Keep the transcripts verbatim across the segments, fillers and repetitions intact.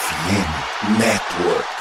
M Network.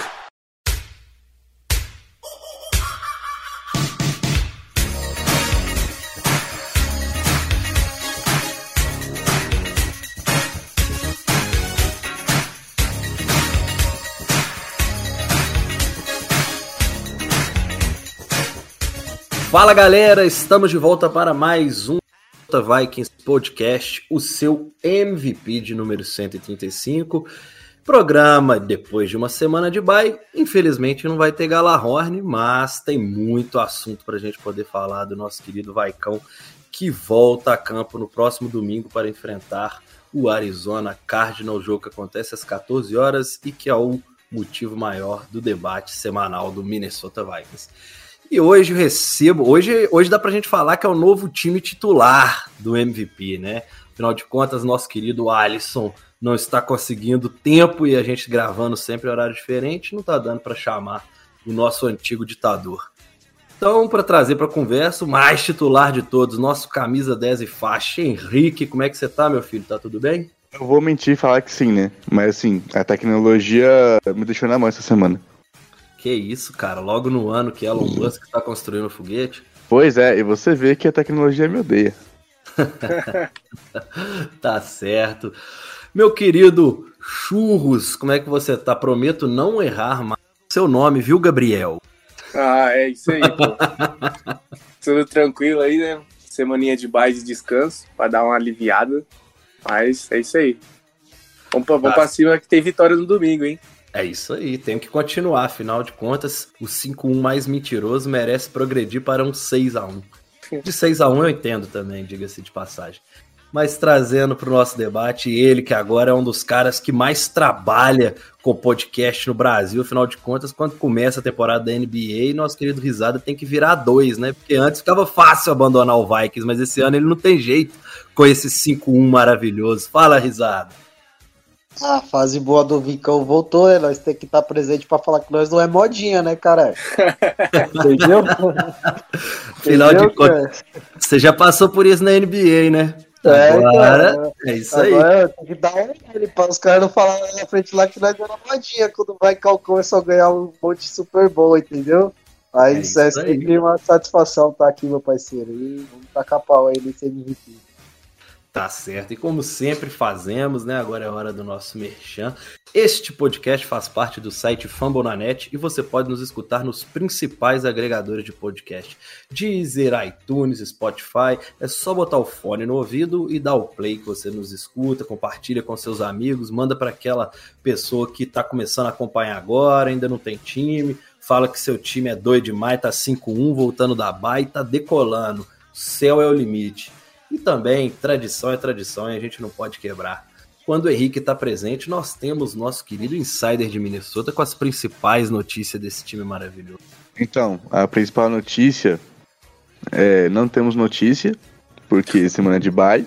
Fala galera, estamos de volta para mais um Vikings Podcast, o seu M V P de número cento e trinta e cinco. Programa depois de uma semana de bye. Infelizmente não vai ter Galahorn, mas tem muito assunto para a gente poder falar do nosso querido Vaicão, que volta a campo no próximo domingo para enfrentar o Arizona Cardinals, jogo que acontece às quatorze horas e que é o motivo maior do debate semanal do Minnesota Vikings. E hoje eu recebo, hoje, hoje dá pra gente falar que é o novo time titular do M V P, né? Afinal de contas, nosso querido Alisson não está conseguindo tempo e a gente gravando sempre em horário diferente, não tá dando para chamar o nosso antigo ditador. Então, para trazer para conversa, o mais titular de todos, nosso camisa dez e faixa, Henrique, como é que você tá, meu filho? Tá tudo bem? Eu vou mentir e falar que sim, né? Mas assim, a tecnologia me deixou na mão essa semana. Que isso, cara, logo no ano que Elon Musk está construindo o foguete. Pois é, e você vê que a tecnologia me odeia. Tá certo. Meu querido Churros, como é que você tá? Prometo não errar mais seu nome, viu, Gabriel? Ah, é isso aí, pô. Tudo tranquilo aí, né? Semaninha de bye de descanso, pra dar uma aliviada. Mas é isso aí. Vamos pra, vamos Tá. pra cima que tem vitória no domingo, hein? É isso aí, tem que continuar, afinal de contas, o cinco a um mais mentiroso merece progredir para um seis a um. De seis a um eu entendo também, diga-se de passagem. Mas trazendo para o nosso debate, ele que agora é um dos caras que mais trabalha com podcast no Brasil, afinal de contas, quando começa a temporada da N B A, nosso querido Risada tem que virar dois, né? Porque antes ficava fácil abandonar o Vikings, mas esse ano ele não tem jeito com esse cinco a um maravilhoso. Fala, Risada. A fase boa do Vicão voltou, né? Nós temos que estar presente pra falar que nós não é modinha, né, cara? Entendeu? Afinal Entendeu, de contas, você já passou por isso na N B A, né? É, Agora, cara. é isso Agora aí. tem que dar um ele para os caras não falarem na frente lá que nós era modinha quando vai Calcão é só ganhar um monte de Super Bowl, entendeu? Aí É isso é isso aí. sempre uma satisfação estar aqui, meu parceiro. E vamos tacar pau aí nesse M V P. Tá certo, e como sempre fazemos, né? Agora é hora do nosso merchan. Este podcast faz parte do site Fambonanet e você pode nos escutar nos principais agregadores de podcast: Deezer, iTunes, Spotify. É só botar o fone no ouvido e dar o play que você nos escuta, compartilha com seus amigos, manda para aquela pessoa que tá começando a acompanhar agora, ainda não tem time, fala que seu time é doido demais, tá cinco a um, voltando da bye, tá decolando. O céu é o limite. E também, tradição é tradição e a gente não pode quebrar. Quando o Henrique está presente, nós temos nosso querido Insider de Minnesota com as principais notícias desse time maravilhoso. Então, a principal notícia é, não temos notícia, porque semana de bye.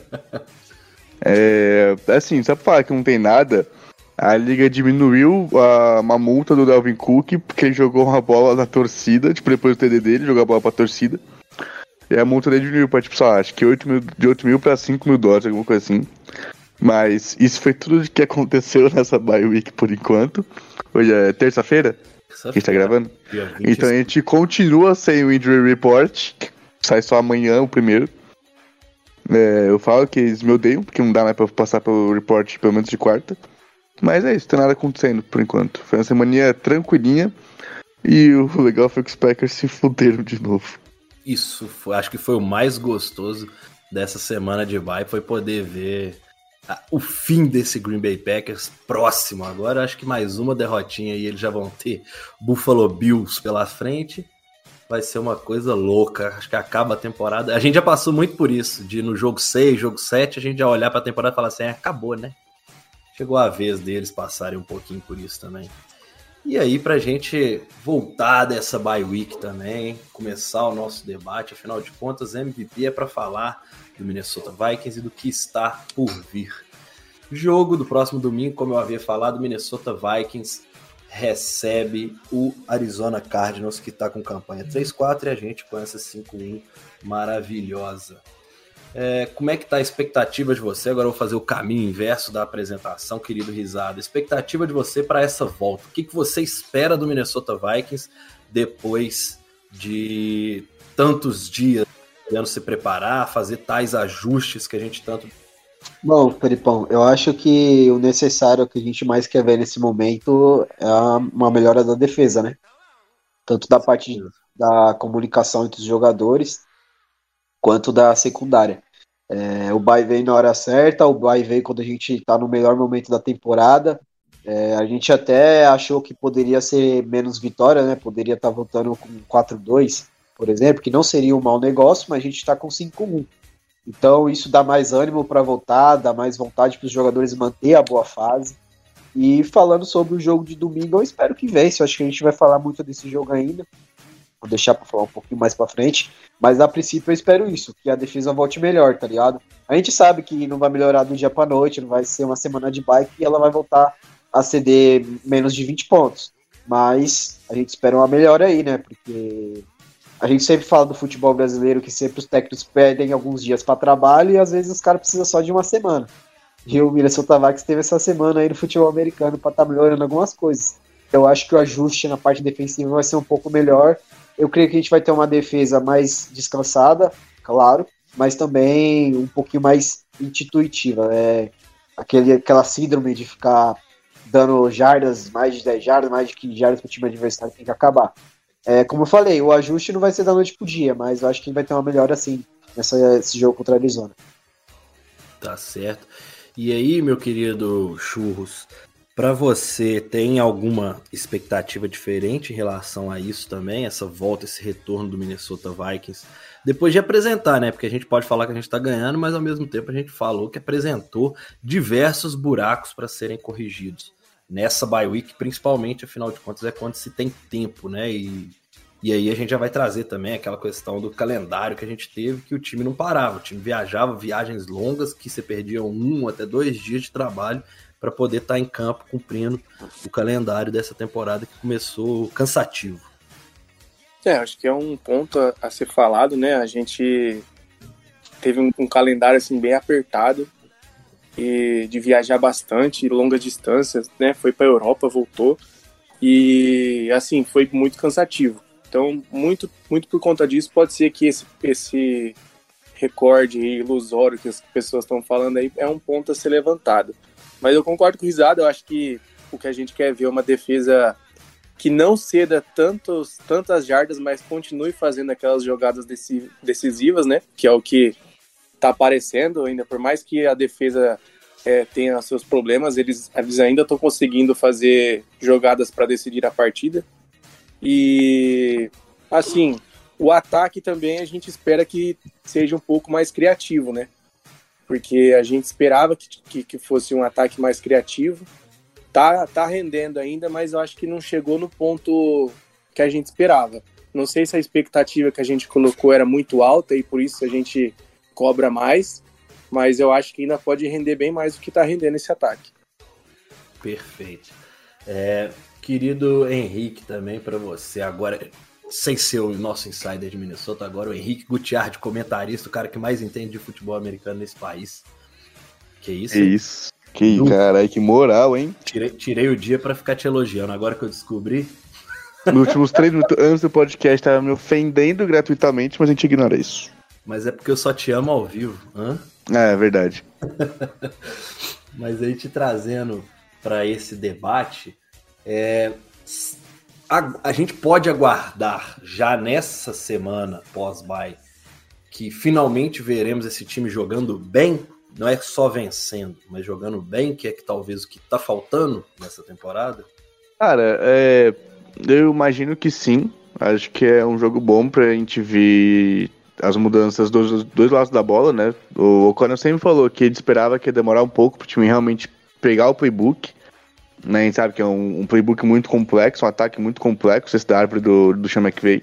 É, assim, só pra falar que não tem nada, a liga diminuiu a, uma multa do Dalvin Cook, porque ele jogou uma bola na torcida, tipo, depois do T D dele, jogou a bola pra torcida. E a multa dele diminuiu pra, tipo, só, acho que oito mil, de oito mil pra cinco mil dólares, alguma coisa assim. Mas isso foi tudo que aconteceu nessa bye week por enquanto. Hoje é terça-feira que a gente tá gravando. Então a gente continua sem o injury report. Sai só amanhã o primeiro. É, eu falo que eles me odeiam, porque não dá mais pra passar pelo report pelo menos de quarta. Mas é isso, não tem nada acontecendo por enquanto. Foi uma semaninha tranquilinha. E o legal foi que os Packers se fuderam de novo. Isso, foi, acho que foi o mais gostoso dessa semana de bye, foi poder ver a, o fim desse Green Bay Packers próximo. Agora acho que mais uma derrotinha e eles já vão ter Buffalo Bills pela frente. Vai ser uma coisa louca, acho que acaba a temporada. A gente já passou muito por isso, de no jogo seis, jogo sete, a gente já olhar pra temporada e falar assim, acabou, né? Chegou a vez deles passarem um pouquinho por isso também. E aí, pra gente voltar dessa bye week também, começar o nosso debate, afinal de contas, M V P é para falar do Minnesota Vikings e do que está por vir. Jogo do próximo domingo, como eu havia falado, Minnesota Vikings recebe o Arizona Cardinals, que está com campanha três a quatro, e a gente com essa cinco a um maravilhosa. É, como é que tá a expectativa de você? Agora eu vou fazer o caminho inverso da apresentação, querido Risada. Expectativa de você para essa volta. O que, que você espera do Minnesota Vikings depois de tantos dias podendo se preparar, fazer tais ajustes que a gente tanto... Bom, Felipão, eu acho que o necessário, o que a gente mais quer ver nesse momento é uma melhora da defesa, né? Tanto da parte da comunicação entre os jogadores, quanto da secundária. É, o bye veio na hora certa, o bye veio quando a gente está no melhor momento da temporada. É, a gente até achou que poderia ser menos vitória, né? Poderia estar tá voltando com quatro a dois, por exemplo, que não seria um mau negócio, mas a gente está com cinco a um. Então isso dá mais ânimo para voltar, dá mais vontade para os jogadores manter a boa fase. E falando sobre o jogo de domingo, eu espero que vença. Eu acho que a gente vai falar muito desse jogo ainda. Vou deixar para falar um pouquinho mais para frente. Mas a princípio eu espero isso, que a defesa volte melhor, tá ligado? A gente sabe que não vai melhorar do dia para noite, não vai ser uma semana de bike e ela vai voltar a ceder menos de vinte pontos. Mas a gente espera uma melhora aí, né? Porque a gente sempre fala do futebol brasileiro que sempre os técnicos perdem alguns dias para trabalho e às vezes os caras precisam só de uma semana. E o Minnesota Vikings teve essa semana aí no futebol americano para estar tá melhorando algumas coisas. Eu acho que o ajuste na parte defensiva vai ser um pouco melhor. Eu creio que a gente vai ter uma defesa mais descansada, claro, mas também um pouquinho mais intuitiva. É aquele, aquela síndrome de ficar dando jardas, mais de dez jardas, mais de quinze jardas para o time adversário, tem que acabar. É, como eu falei, o ajuste não vai ser da noite pro dia, mas eu acho que vai ter uma melhora assim nessa, nesse jogo contra a Arizona. Tá certo. E aí, meu querido Churros, para você, tem alguma expectativa diferente em relação a isso também? Essa volta, esse retorno do Minnesota Vikings? Depois de apresentar, né? Porque a gente pode falar que a gente tá ganhando, mas ao mesmo tempo a gente falou que apresentou diversos buracos para serem corrigidos. Nessa bye week, principalmente, afinal de contas, é quando se tem tempo, né? E, e aí a gente já vai trazer também aquela questão do calendário que a gente teve, que o time não parava. O time viajava, viagens longas, que você perdia um até dois dias de trabalho para poder estar em campo cumprindo o calendário dessa temporada que começou cansativo. É, acho que é um ponto a, a ser falado, né? A gente teve um, um calendário assim bem apertado e de viajar bastante, longas distâncias, né? Foi para a Europa, voltou e assim foi muito cansativo. Então, muito, muito por conta disso, pode ser que esse, esse recorde ilusório que as pessoas estão falando aí é um ponto a ser levantado. Mas eu concordo com o Risada, eu acho que o que a gente quer ver é uma defesa que não ceda tantos, tantas jardas, mas continue fazendo aquelas jogadas decisivas, né? Que é o que está aparecendo ainda, por mais que a defesa é, tenha seus problemas, eles, eles ainda estão conseguindo fazer jogadas para decidir a partida. E, assim, o ataque também a gente espera que seja um pouco mais criativo, né? Porque a gente esperava que, que, que fosse um ataque mais criativo. Tá, tá rendendo ainda, mas eu acho que não chegou no ponto que a gente esperava. Não sei se a expectativa que a gente colocou era muito alta e por isso a gente cobra mais, mas eu acho que ainda pode render bem mais do que tá rendendo esse ataque. Perfeito. É, querido Henrique, também para você, agora, sem ser o nosso insider de Minnesota, agora o Henrique Gutiardi, comentarista, o cara que mais entende de futebol americano nesse país. Que isso? Que isso. Que caralho, que moral, hein? Tirei, tirei o dia pra ficar te elogiando, agora que eu descobri. Nos últimos três minutos antes do podcast tava me ofendendo gratuitamente, mas a gente ignora isso. Mas é porque eu só te amo ao vivo, hã? É, é verdade. Mas aí te trazendo pra esse debate, é, a, a gente pode aguardar já nessa semana pós-bye que finalmente veremos esse time jogando bem. Não é só vencendo, mas jogando bem, que é que talvez o que tá faltando nessa temporada? Cara, é, eu imagino que sim. Acho que é um jogo bom pra gente ver as mudanças dos dois lados da bola, né? O O'Connell sempre falou que ele esperava que ia demorar um pouco pro time realmente pegar o playbook. Né? A gente sabe que é um, um playbook muito complexo, um ataque muito complexo, esse da árvore do, do Sean McVay.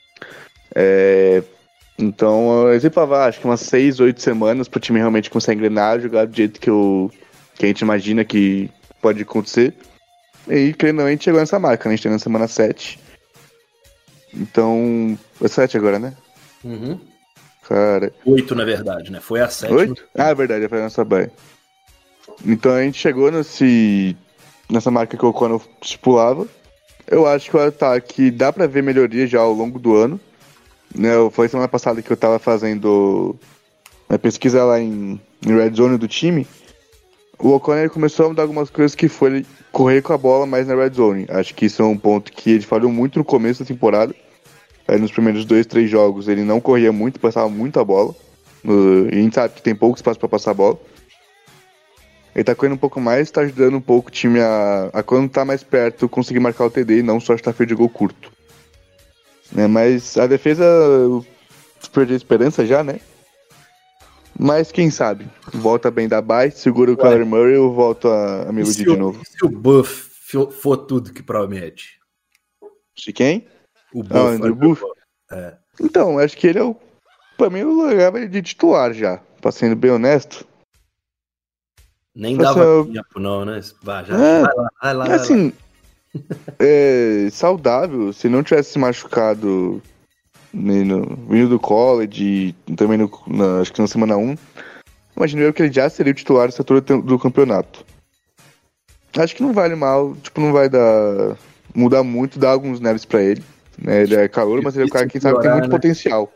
É... Então, eu sempre falava, acho que umas seis, oito semanas pro time realmente começar a engrenar, jogar do jeito que, eu, que a gente imagina que pode acontecer. E aí, querendo ou não, a gente chegou nessa marca, né? A gente tá na semana sete. Então, é sete agora, né? Uhum. Cara. Oito, na verdade, né? Foi a sétima. Oito? Ah, é verdade, foi a nossa baia. Então a gente chegou nesse, nessa marca que o O'Connell estipulava. Eu acho que o ataque dá pra ver melhoria já ao longo do ano. Né, foi semana passada que eu tava fazendo uma pesquisa lá em, em Red Zone do time. O O'Connell começou a mudar algumas coisas que foi ele correr com a bola mais na Red Zone. Acho que isso é um ponto que ele falhou muito no começo da temporada. Aí nos primeiros dois, três jogos ele não corria muito, passava muita bola. No, e a gente sabe que tem pouco espaço pra passar a bola. Ele tá correndo um pouco mais, tá ajudando um pouco o time a, a quando tá mais perto, conseguir marcar o T D e não só estar feio de gol curto. Né, mas a defesa, eu perdi a esperança já, né? Mas quem sabe? Volta bem da bye, segura o Kyler Murray e eu volto a, a me iludir de novo. Se o Buff for tudo que promete? De quem? O Buff. Ah, o Andrew Buff? É. Então, acho que ele é o... Pra mim, eu largava ele de titular já, pra sendo bem honesto. Nem Pra dava ser... tempo não, né? Vai, já, é, vai lá, vai lá. assim, vai lá. é, saudável, se não tivesse se machucado no vindo do college, também no, na, acho que na semana um, imagino eu que ele já seria o titular dessa altura do campeonato. Acho que não vale mal, tipo, não vai dar mudar muito, dar alguns snaps pra ele. Né? Ele é calor, mas ele é um cara que sabe que tem muito, né? Potencial.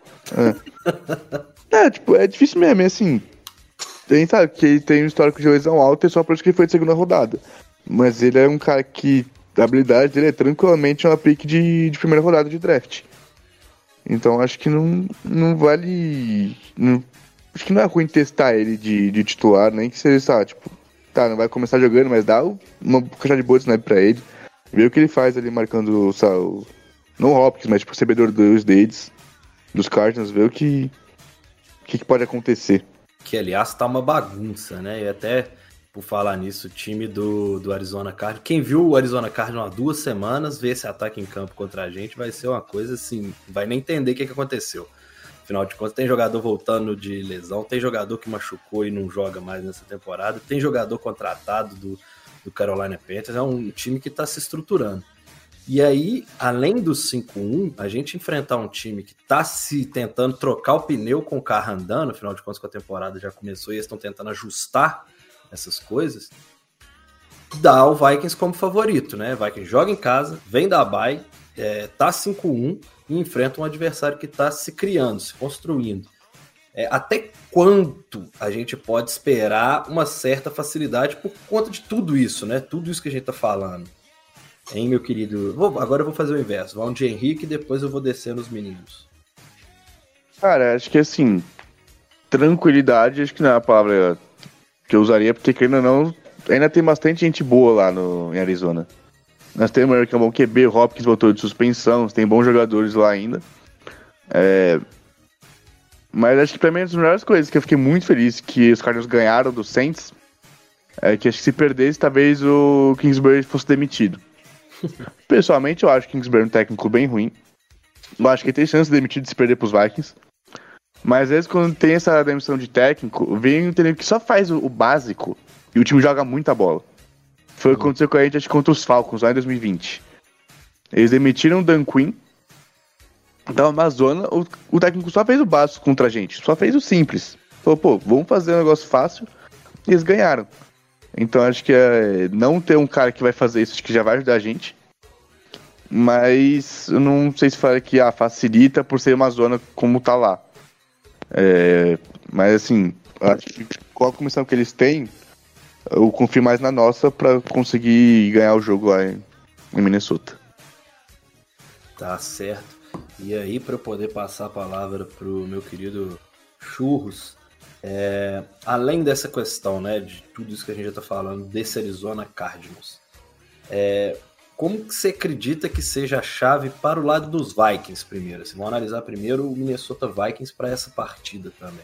É. é, tipo, é difícil mesmo, assim. A gente sabe que ele tem um histórico de lesão alta e só por isso que ele foi de segunda rodada. Mas ele é um cara que a habilidade dele é tranquilamente uma pick de, de primeira rodada de draft. Então acho que não, não vale. Não, acho que não é ruim testar ele de, de titular, nem que seja, sabe, tipo, tá, não vai começar jogando, mas dá uma caixa de boa de snap pra ele. Ver o que ele faz ali marcando, sabe, o, não o Hopkins, mas tipo, o recebedor dos Dades, dos Cardinals, ver o que, que, que pode acontecer. Que, aliás, tá uma bagunça, né? E até, por falar nisso, o time do, do Arizona Cardinals... Quem viu o Arizona Cardinals há duas semanas, ver esse ataque em campo contra a gente, vai ser uma coisa assim... Não vai nem entender o que, que aconteceu. Afinal de contas, tem jogador voltando de lesão, tem jogador que machucou e não joga mais nessa temporada, tem jogador contratado do, do Carolina Panthers, é um time que tá se estruturando. E aí, além do cinco um, a gente enfrentar um time que tá se tentando trocar o pneu com o carro andando, afinal de contas, com a temporada já começou e eles estão tentando ajustar essas coisas, dá o Vikings como favorito, né? Vikings joga em casa, vem da bye, é, tá cinco um e enfrenta um adversário que tá se criando, se construindo. É, até quanto a gente pode esperar uma certa facilidade por conta de tudo isso, né? Tudo isso que a gente tá falando. Hein, meu querido? Vou, agora eu vou fazer o inverso. Vão de Henrique e depois eu vou descer nos meninos. Cara, acho que assim, tranquilidade, acho que não é a palavra que eu usaria, porque querendo ou não, ainda tem bastante gente boa lá no, em Arizona. Nós temos o Eric Bom Q B, o Hopkins voltou de suspensão, tem bons jogadores lá ainda. É... Mas acho que pra mim, uma das melhores coisas que eu fiquei muito feliz que os Cardinals ganharam do Saints é que acho que se perdesse, talvez o Kingsbury fosse demitido. Pessoalmente, eu acho o Kingsbury um técnico bem ruim. Eu acho que ele tem chance de demitir de se perder pros Vikings. Mas às vezes, quando tem essa demissão de técnico, vem um técnico que só faz o, o básico e o time joga muita bola. Foi o que aconteceu com a gente, acho que contra os Falcons, lá em dois mil e vinte. Eles demitiram o Dan Quinn. Então, na zona, o, o técnico só fez o básico contra a gente. Só fez o simples. Falou, pô, vamos fazer um negócio fácil. E eles ganharam. Então acho que é, não ter um cara que vai fazer isso, acho que já vai ajudar a gente. Mas eu não sei se fala que ah, facilita por ser uma zona como tá lá. É, mas assim, acho que com a comissão que eles têm, eu confio mais na nossa pra conseguir ganhar o jogo lá em, em Minnesota. Tá certo. E aí, para eu poder passar a palavra pro meu querido Churros, É, além dessa questão, né, de tudo isso que a gente já está falando, desse Arizona Cardinals, é, como que você acredita que seja a chave para o lado dos Vikings primeiro? Assim, vamos analisar primeiro o Minnesota Vikings para essa partida também.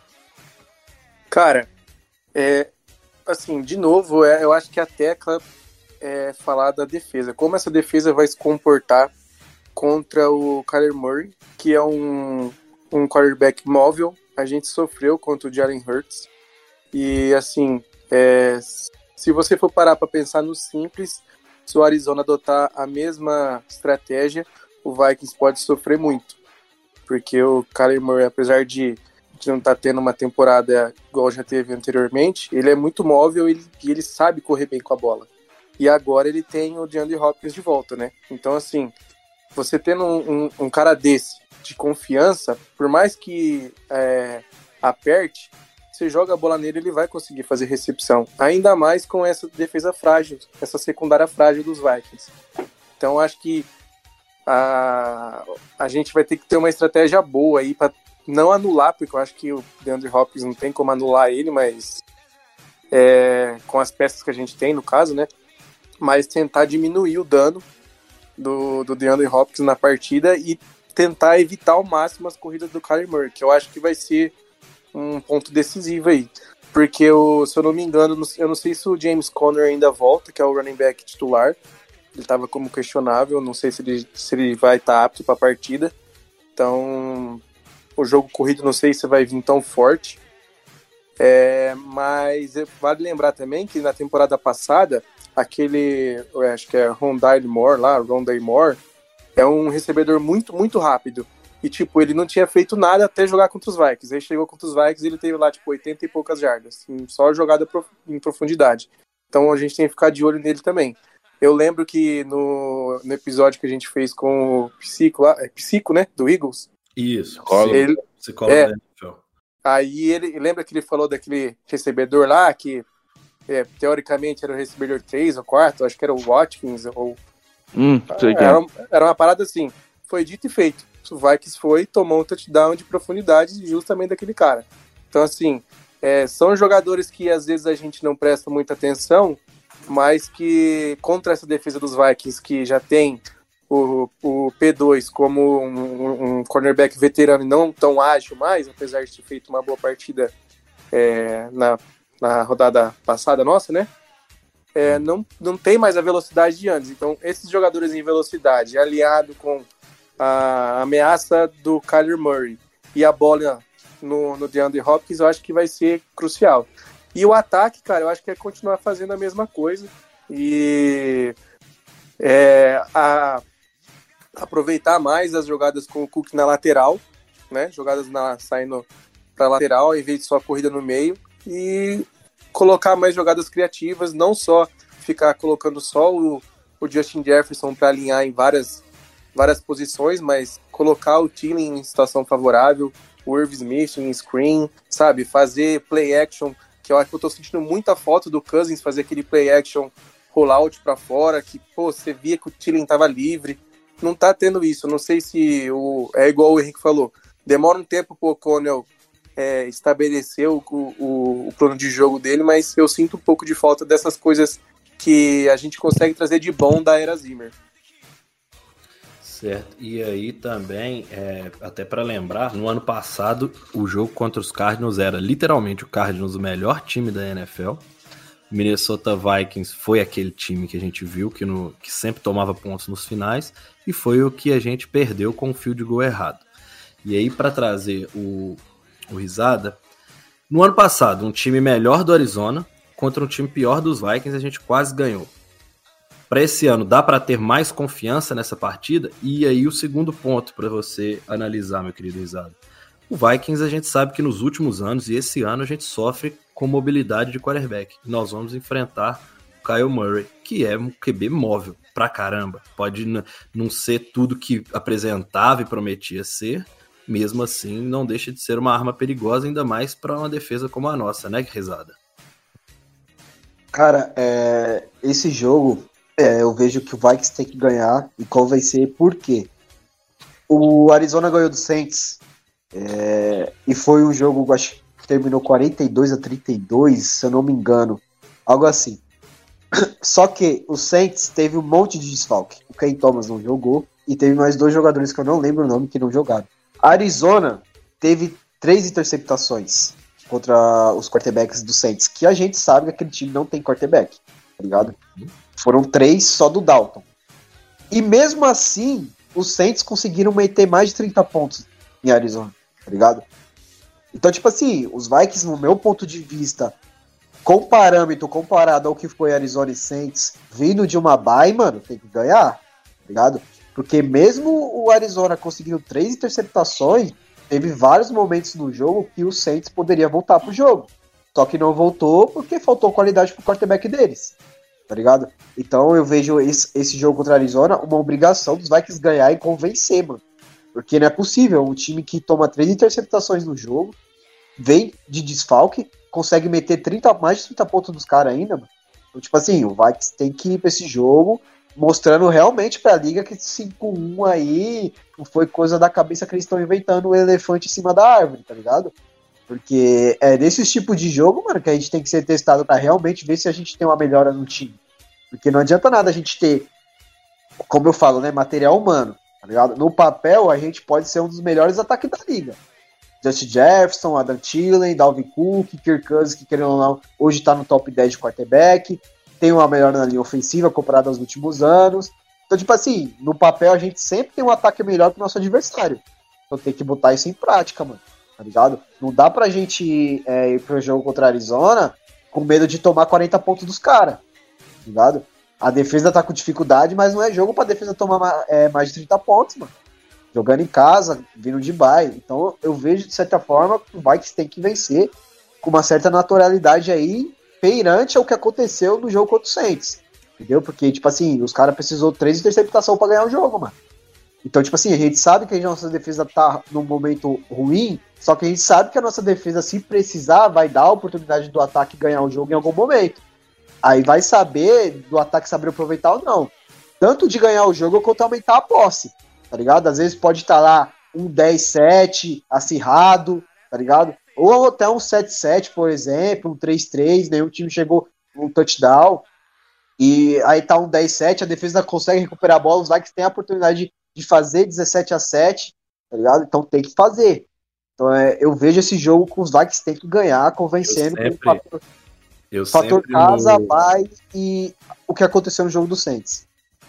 Cara, é, assim, de novo, é, eu acho que a tecla é falar da defesa. Como essa defesa vai se comportar contra o Kyler Murray, que é um, um quarterback móvel. A gente sofreu contra o Jalen Hurts. E, assim, é, se você for parar para pensar no simples, se o Arizona adotar a mesma estratégia, o Vikings pode sofrer muito. porque o Kyler Murray, apesar de, de não estar tá tendo uma temporada igual já teve anteriormente, ele é muito móvel e ele, ele sabe correr bem com a bola. E agora ele tem o DeAndre Hopkins de volta, né? Então, assim, você tendo um, um, um cara desse, de confiança, por mais que é, aperte, você joga a bola nele, ele vai conseguir fazer recepção. Ainda mais com essa defesa frágil, essa secundária frágil dos Vikings. Então, acho que a, a gente vai ter que ter uma estratégia boa aí para não anular, porque eu acho que o DeAndre Hopkins não tem como anular ele, mas é, com as peças que a gente tem, no caso, né? Mas tentar diminuir o dano do, do DeAndre Hopkins na partida e tentar evitar ao máximo as corridas do Kyler Murray, que eu acho que vai ser um ponto decisivo aí. Porque, eu, se eu não me engano, eu não sei se o James Conner ainda volta, que é o running back titular. Ele estava como questionável, não sei se ele, se ele vai estar apto para a partida. Então, o jogo corrido não sei se vai vir tão forte. É, mas vale lembrar também que na temporada passada, aquele, eu acho que é Rondale Moore lá, Rondale Moore, é um recebedor muito, muito rápido. E, tipo, ele não tinha feito nada até jogar contra os Vikings. Aí chegou contra os Vikings e ele teve lá, tipo, oitenta e poucas jardas. Só jogada em profundidade. Então a gente tem que ficar de olho nele também. Eu lembro que no, no episódio que a gente fez com o Psico lá, é Psico, né? Do Eagles. Isso, ele, psicólogo é, da N F L. Aí ele, lembra que ele falou daquele recebedor lá, que é, teoricamente era o recebedor três ou quatro, acho que era o Watkins, ou... Hum, sei que é. era, era uma parada assim, foi dito e feito. O Vikings foi e tomou um touchdown de profundidade justamente daquele cara. Então, assim, é, são jogadores que às vezes a gente não presta muita atenção, mas que contra essa defesa dos Vikings, que já tem o, o P dois como um, um cornerback veterano e não tão ágil mais, apesar de ter feito uma boa partida é, na, na rodada passada nossa, né? É, não, não tem mais a velocidade de antes. Então, esses jogadores em velocidade, aliado com a ameaça do Kyler Murray e a bola no, no DeAndre Hopkins, eu acho que vai ser crucial. E o ataque, cara, eu acho que é continuar fazendo a mesma coisa e é, a, aproveitar mais as jogadas com o Cook na lateral, né? Jogadas na, saindo para lateral, em vez de só corrida no meio, e colocar mais jogadas criativas, não só ficar colocando só o, o Justin Jefferson para alinhar em várias várias posições, mas colocar o Thielen em situação favorável, o Irv Smith em screen, sabe, fazer play action, que eu acho que eu tô sentindo muita foto do Cousins fazer aquele play action rollout para fora, que, pô, você via que o Thielen tava livre, não tá tendo isso, não sei se o, é igual o Henrique falou, demora um tempo pro O'Connell é, estabelecer o, o, o plano de jogo dele, mas eu sinto um pouco de falta dessas coisas que a gente consegue trazer de bom da era Zimmer. Certo, e aí também, é, até para lembrar, no ano passado o jogo contra os Cardinals era literalmente o Cardinals o melhor time da N F L. Minnesota Vikings foi aquele time que a gente viu que, no, que sempre tomava pontos nos finais e foi o que a gente perdeu com o field goal errado. E aí, para trazer o, o risada, no ano passado um time melhor do Arizona contra um time pior dos Vikings, a gente quase ganhou. Para esse ano, dá para ter mais confiança nessa partida? E aí o segundo ponto para você analisar, meu querido Risado. O Vikings, a gente sabe que nos últimos anos, e esse ano, a gente sofre com mobilidade de quarterback. Nós vamos enfrentar o Kyle Murray, que é um Q B móvel pra caramba. Pode n- não ser tudo que apresentava e prometia ser, mesmo assim, não deixa de ser uma arma perigosa, ainda mais para uma defesa como a nossa, né, Risada? Cara, é, esse jogo... É, eu vejo que o Vikings tem que ganhar e qual vai ser, por quê? O Arizona ganhou do Saints é, e foi um jogo, acho que terminou quarenta e dois a trinta e dois, se eu não me engano, algo assim. Só que o Saints teve um monte de desfalque. O Ken Thomas não jogou e teve mais dois jogadores que eu não lembro o nome que não jogaram. A Arizona teve três interceptações contra os quarterbacks do Saints, que a gente sabe que aquele time não tem quarterback, tá ligado? Foram três só do Dalton. E mesmo assim, os Saints conseguiram meter mais de trinta pontos em Arizona, tá ligado? Então, tipo assim, os Vikings, no meu ponto de vista, com parâmetro comparado ao que foi Arizona e Saints, vindo de uma bye, mano, tem que ganhar, tá ligado? Porque mesmo o Arizona conseguindo três interceptações, teve vários momentos no jogo que o Saints poderia voltar pro jogo. Só que não voltou porque faltou qualidade pro quarterback deles. Tá ligado? Então eu vejo esse, esse jogo contra o Arizona uma obrigação dos Vikings ganhar e convencer, mano. Porque não é possível. Um time que toma três interceptações no jogo, vem de desfalque, consegue meter trinta, mais de trinta pontos dos caras ainda, mano. Então, tipo assim, o Vikings tem que ir pra esse jogo mostrando realmente pra liga que cinco a um aí não foi coisa da cabeça que eles estão inventando o elefante em cima da árvore, tá ligado? Porque é nesse tipo de jogo, mano, que a gente tem que ser testado pra realmente ver se a gente tem uma melhora no time. Porque não adianta nada a gente ter, como eu falo, né, material humano, tá ligado? No papel, a gente pode ser um dos melhores ataques da liga. Justin Jefferson, Adam Thielen, Dalvin Cook, Kirk Cousins, que querendo ou não, hoje tá no top dez de quarterback, tem uma melhora na linha ofensiva comparada aos últimos anos. Então, tipo assim, no papel a gente sempre tem um ataque melhor que o nosso adversário. Então tem que botar isso em prática, mano, tá ligado? Não dá pra gente é, ir pro jogo contra a Arizona com medo de tomar quarenta pontos dos caras, tá ligado? A defesa tá com dificuldade, mas não é jogo pra defesa tomar é, mais de trinta pontos, mano. Jogando em casa, vindo de bye. Então eu vejo, de certa forma, que o Vikings tem que vencer com uma certa naturalidade aí, perante ao que aconteceu no jogo contra o Saints. Entendeu? Porque, tipo assim, os caras precisou três interceptações pra ganhar o jogo, mano. Então, tipo assim, a gente sabe que a nossa defesa tá num momento ruim, só que a gente sabe que a nossa defesa, se precisar, vai dar a oportunidade do ataque ganhar o jogo em algum momento. Aí vai saber do ataque saber aproveitar ou não. Tanto de ganhar o jogo quanto aumentar a posse, tá ligado? Às vezes pode estar lá um dez sete acirrado, tá ligado? Ou até um sete sete, por exemplo, um três três, nenhum time chegou no touchdown, e aí tá um dez sete, a defesa consegue recuperar a bola, os Vikings têm a oportunidade de fazer dezessete a sete, tá ligado? Então tem que fazer. Então é, eu vejo esse jogo com os Vikings tem que ganhar, convencendo eu sempre, pelo fator, eu fator sempre casa, no... vai e o que aconteceu no jogo do Saints.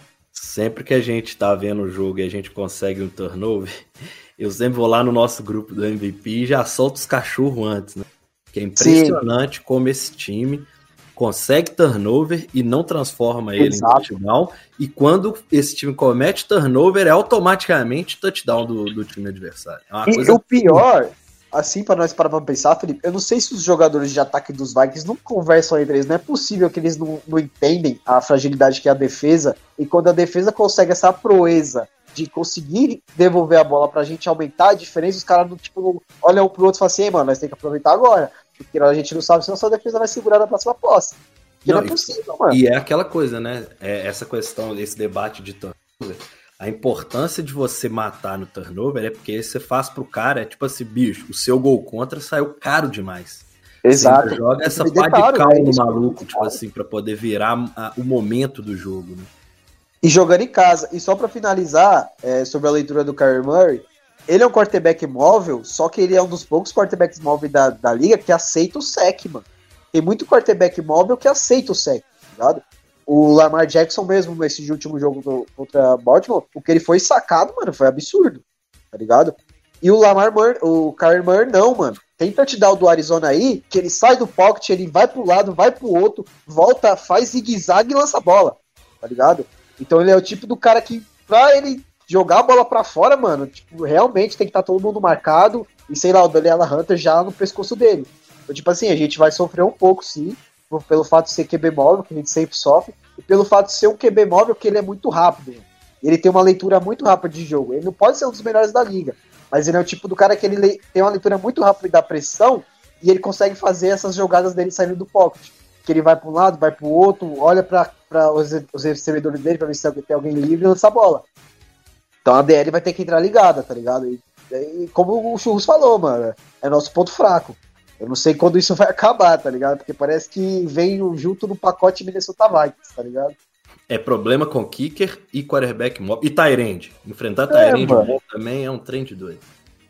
Sempre que a gente tá vendo o jogo e a gente consegue um turnover, eu sempre vou lá no nosso grupo do M V P e já solto os cachorros antes, né? Que é impressionante Sim. como esse time consegue turnover e não transforma ele Exato. em touchdown. E quando esse time comete turnover, é automaticamente touchdown do, do time adversário. É uma e coisa o pior, assim, para nós parar pra pensar, Felipe, eu não sei se os jogadores de ataque dos Vikings não conversam entre eles. Não é possível que eles não, não entendem a fragilidade que é a defesa. E quando a defesa consegue essa proeza de conseguir devolver a bola pra gente aumentar a diferença, os caras tipo, olham um pro outro e falam assim, ei, mano, nós temos que aproveitar agora. Porque a gente não sabe se a nossa defesa vai segurar na próxima posse. Que não, não é possível, mano. E é aquela coisa, né? É essa questão, esse debate de turnover. A importância de você matar no turnover é porque você faz pro cara, é tipo assim, bicho, o seu gol contra saiu caro demais. Exato. Você joga essa pá de cal no maluco, tipo assim, pra poder virar a, o momento do jogo, né? E jogando em casa. E só pra finalizar, é, sobre a leitura do Kyler Murray, ele é um quarterback móvel, só que ele é um dos poucos quarterbacks móveis da, da liga que aceita o sec, mano. Tem muito quarterback móvel que aceita o sec, tá ligado? O Lamar Jackson mesmo, nesse último jogo do, contra Baltimore, o que ele foi sacado, mano, foi absurdo, tá ligado? E o Lamar Murray, o Kyler Murray não, mano. Tem touchdown do Arizona aí, que ele sai do pocket, ele vai pro lado, vai pro outro, volta, faz zigue-zague e lança a bola, tá ligado? Então ele é o tipo do cara que, pra ele jogar a bola pra fora, mano, tipo, realmente tem que estar todo mundo marcado e, sei lá, o Daniela Hunter já no pescoço dele. Então, tipo assim, a gente vai sofrer um pouco, sim, pelo fato de ser Q B móvel, que a gente sempre sofre, e pelo fato de ser um Q B móvel que ele é muito rápido. Mano. Ele tem uma leitura muito rápida de jogo. Ele não pode ser um dos melhores da liga, mas ele é o tipo do cara que ele le... tem uma leitura muito rápida da pressão e ele consegue fazer essas jogadas dele saindo do pocket. Que ele vai para um lado, vai para o outro, olha para os, os recebedores dele para ver se tem alguém livre e lança a bola. Então a D L vai ter que entrar ligada, tá ligado? E, e como o Churros falou, mano, é nosso ponto fraco. Eu não sei quando isso vai acabar, tá ligado? Porque parece que vem junto no pacote Minnesota Vikings, tá ligado? É problema com kicker e quarterback móvel. E Tyrande. Enfrentar Tyrande é, também é um trem de doido.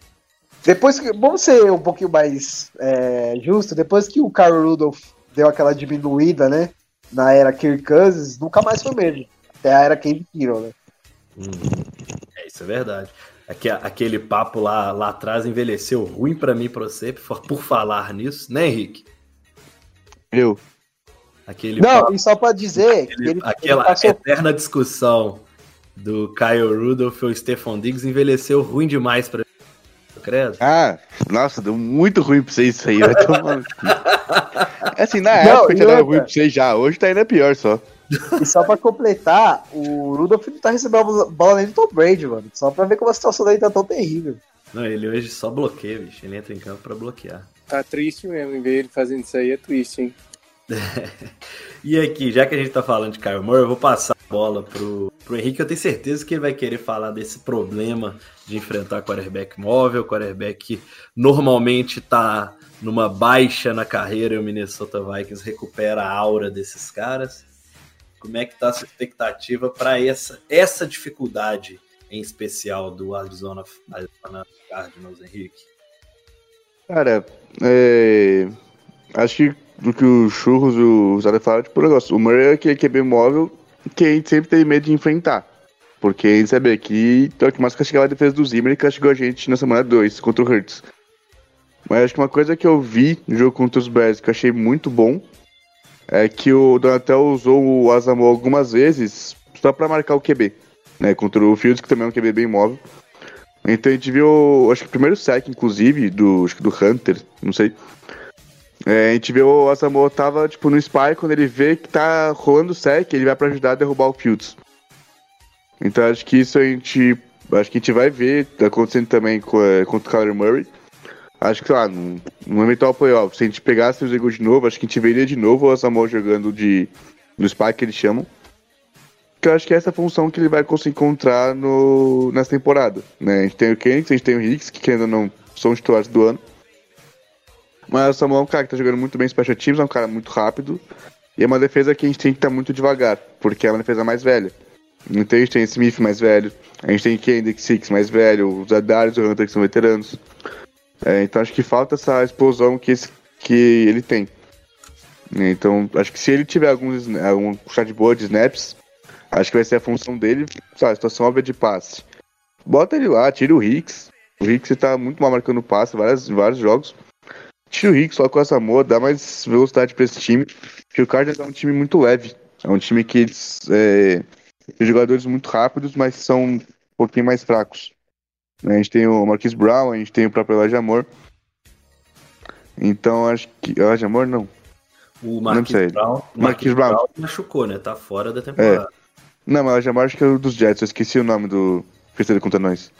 Depois que, vamos ser um pouquinho mais é, justo, depois que o Kyle Rudolph deu aquela diminuída, né? Na era Kirk Cousins, nunca mais foi mesmo. Até a era Case Keenum, né? Hum, é, isso é verdade. Aquele papo lá, lá atrás envelheceu ruim pra mim e pra você, por, por falar nisso, né, Henrique? Eu. Aquele Não, papo, e só pra dizer... aquele, ele, aquela ele passou... eterna discussão do Kyle Rudolph ou Stephon Diggs envelheceu ruim demais pra credo. Ah, nossa, deu muito ruim pra vocês isso aí, vai tomar. Assim, na Não, época e já dava outra? ruim pra vocês já, hoje tá ainda pior só. E só pra completar, o Rudolph não tá recebendo a bola nem do Tom Brady, mano. Só pra ver como a situação dele tá tão terrível. Não, ele hoje só bloqueia, bicho. Ele entra em campo pra bloquear. Tá triste mesmo, em ver ele fazendo isso aí é triste, hein? E aqui, já que a gente tá falando de Kyle Murray, eu vou passar a bola pro, pro Henrique. Eu tenho certeza que ele vai querer falar desse problema de enfrentar quarterback móvel, quarterback que normalmente tá numa baixa na carreira e o Minnesota Vikings recupera a aura desses caras. Como é que tá a sua expectativa para essa, essa dificuldade em especial do Arizona, Arizona Cardinals, Henrique? Cara, é... acho que do que o Churros e o Zé falaram, tipo, o negócio, o Murray é aquele que é bem móvel, que a gente sempre tem medo de enfrentar. Porque a gente sabe que é o que mais castigava a defesa do Zimmer e castigou a gente na semana dois contra o Hurts. Mas acho que uma coisa que eu vi no jogo contra os Bears que eu achei muito bom é que o Donatel usou o Asamoah algumas vezes só pra marcar o Q B, né, contra o Fields, que também é um Q B bem móvel. Então a gente viu, acho que o primeiro sack, inclusive, do, acho que do Hunter, não sei. É, a gente vê o Asamoah tava tipo, no spy, quando ele vê que tá rolando o sack, ele vai pra ajudar a derrubar o Fields. Então acho que isso a gente, acho que a gente vai ver acontecendo também com, é, contra o Kyler Murray. Acho que, lá, no, no eventual playoff, se a gente pegasse o Zego de novo, acho que a gente veria de novo o Asamoah jogando de, no spy, que eles chamam. Que eu acho que é essa função que ele vai conseguir encontrar no, nessa temporada, né? A gente tem o Kenny, a gente tem o Hicks, que ainda não são os titulares do ano. Mas o Samuel é um cara que tá jogando muito bem Special Teams, é um cara muito rápido. E é uma defesa que a gente tem que estar tá muito devagar, porque é uma defesa mais velha. Então a gente tem Smith mais velho, a gente tem Kendrick Six mais velho, os Zadarius e o Hunter que são veteranos. É, então acho que falta essa explosão que, esse, que ele tem. Então acho que se ele tiver alguns, algum shot boa de snaps, acho que vai ser a função dele, sabe, situação óbvia de passe. Bota ele lá, tira o Hicks. O Hicks tá muito mal marcando passe em vários, vários jogos. Tira o Hicks só com essa Asamoah, dá mais velocidade pra esse time. Porque o Cardinals é um time muito leve. É um time que eles é, tem jogadores muito rápidos, mas são um pouquinho mais fracos. A gente tem o Marquise Brown, a gente tem o próprio Elijah Moore. Então acho que. Elijah Moore não. O Marquise Brown, o Marquise Brown. Brown machucou, né? Tá fora da temporada. É. Não, mas o Elijah Moore acho que é o dos Jets. Eu esqueci o nome do Festeiro contra nós.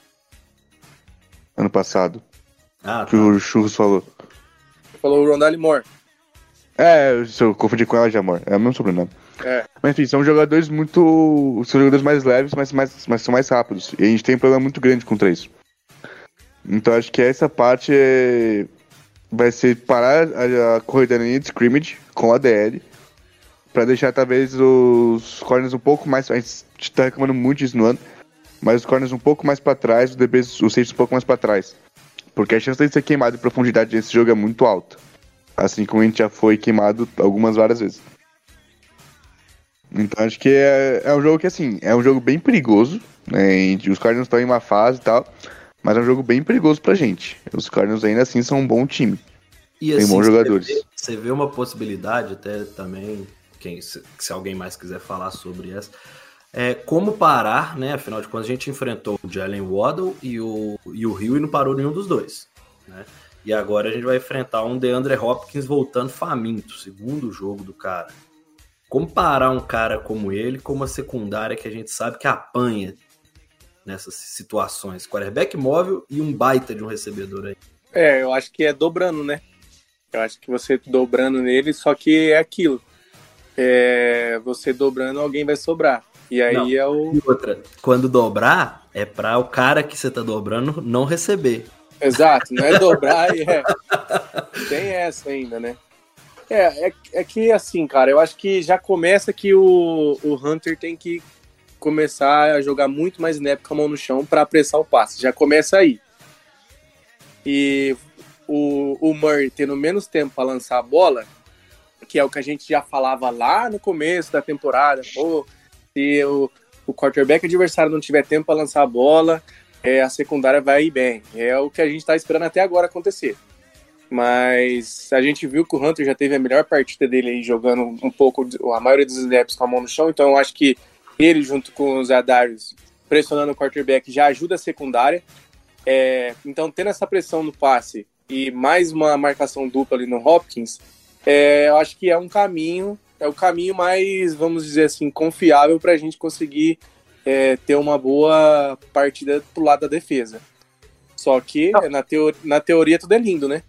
Ano passado. Ah, que tá. o Churros falou. Falou o Rondale Moore. É, eu, eu confundi com o Elijah Moore. É o mesmo sobrenome. É. Mas enfim, são jogadores muito. São jogadores mais leves, mas, mais, mas são mais rápidos. E a gente tem um problema muito grande contra isso. Então acho que essa parte é... vai ser parar a, a corrida na linha de scrimmage com a D L. Pra deixar talvez os corners um pouco mais. A gente tá reclamando muito disso no ano. Mas os corners um pouco mais pra trás, os D Bs, os safeties um pouco mais pra trás. Porque a chance de ser queimado em profundidade nesse jogo é muito alta. Assim como a gente já foi queimado algumas várias vezes. Então acho que é, é um jogo que, assim, é um jogo bem perigoso, né? Os Cardinals estão em uma fase e tal, mas é um jogo bem perigoso pra gente. Os Cardinals ainda assim são um bom time. E, tem assim, bons você jogadores. Vê, você vê uma possibilidade, até também, quem, se, se alguém mais quiser falar sobre essa, é como parar, né? Afinal de contas, a gente enfrentou o Jalen Waddle e o, e o Hill e não parou nenhum dos dois, né? E agora a gente vai enfrentar um DeAndre Hopkins voltando faminto, segundo jogo do cara. Como parar um cara como ele com uma secundária que a gente sabe que apanha nessas situações? Quarterback móvel e um baita de um recebedor aí. É, eu acho que é dobrando, né? Eu acho que você dobrando nele, só que é aquilo. É, você dobrando, alguém vai sobrar. E aí não. é o... E outra, quando dobrar, é para o cara que você tá dobrando não receber. Exato, não é dobrar e é... Tem essa ainda, né? É, é, é que assim, cara, eu acho que já começa que o, o Hunter tem que começar a jogar muito mais snap com a mão no chão para apressar o passe. Já começa aí. E o, o Murray tendo menos tempo para lançar a bola, que é o que a gente já falava lá no começo da temporada. Pô, se o, o quarterback adversário não tiver tempo para lançar a bola, é, a secundária vai ir bem. É o que a gente está esperando até agora acontecer. Mas a gente viu que o Hunter já teve a melhor partida dele aí, jogando um pouco, a maioria dos snaps com a mão no chão, então eu acho que ele junto com o Zadarius pressionando o quarterback já ajuda a secundária. É, então, tendo essa pressão no passe e mais uma marcação dupla ali no Hopkins, é, eu acho que é um caminho, é o caminho mais, vamos dizer assim, confiável para a gente conseguir é, ter uma boa partida pro lado da defesa. Só que, na, teo- na teoria, tudo é lindo, né?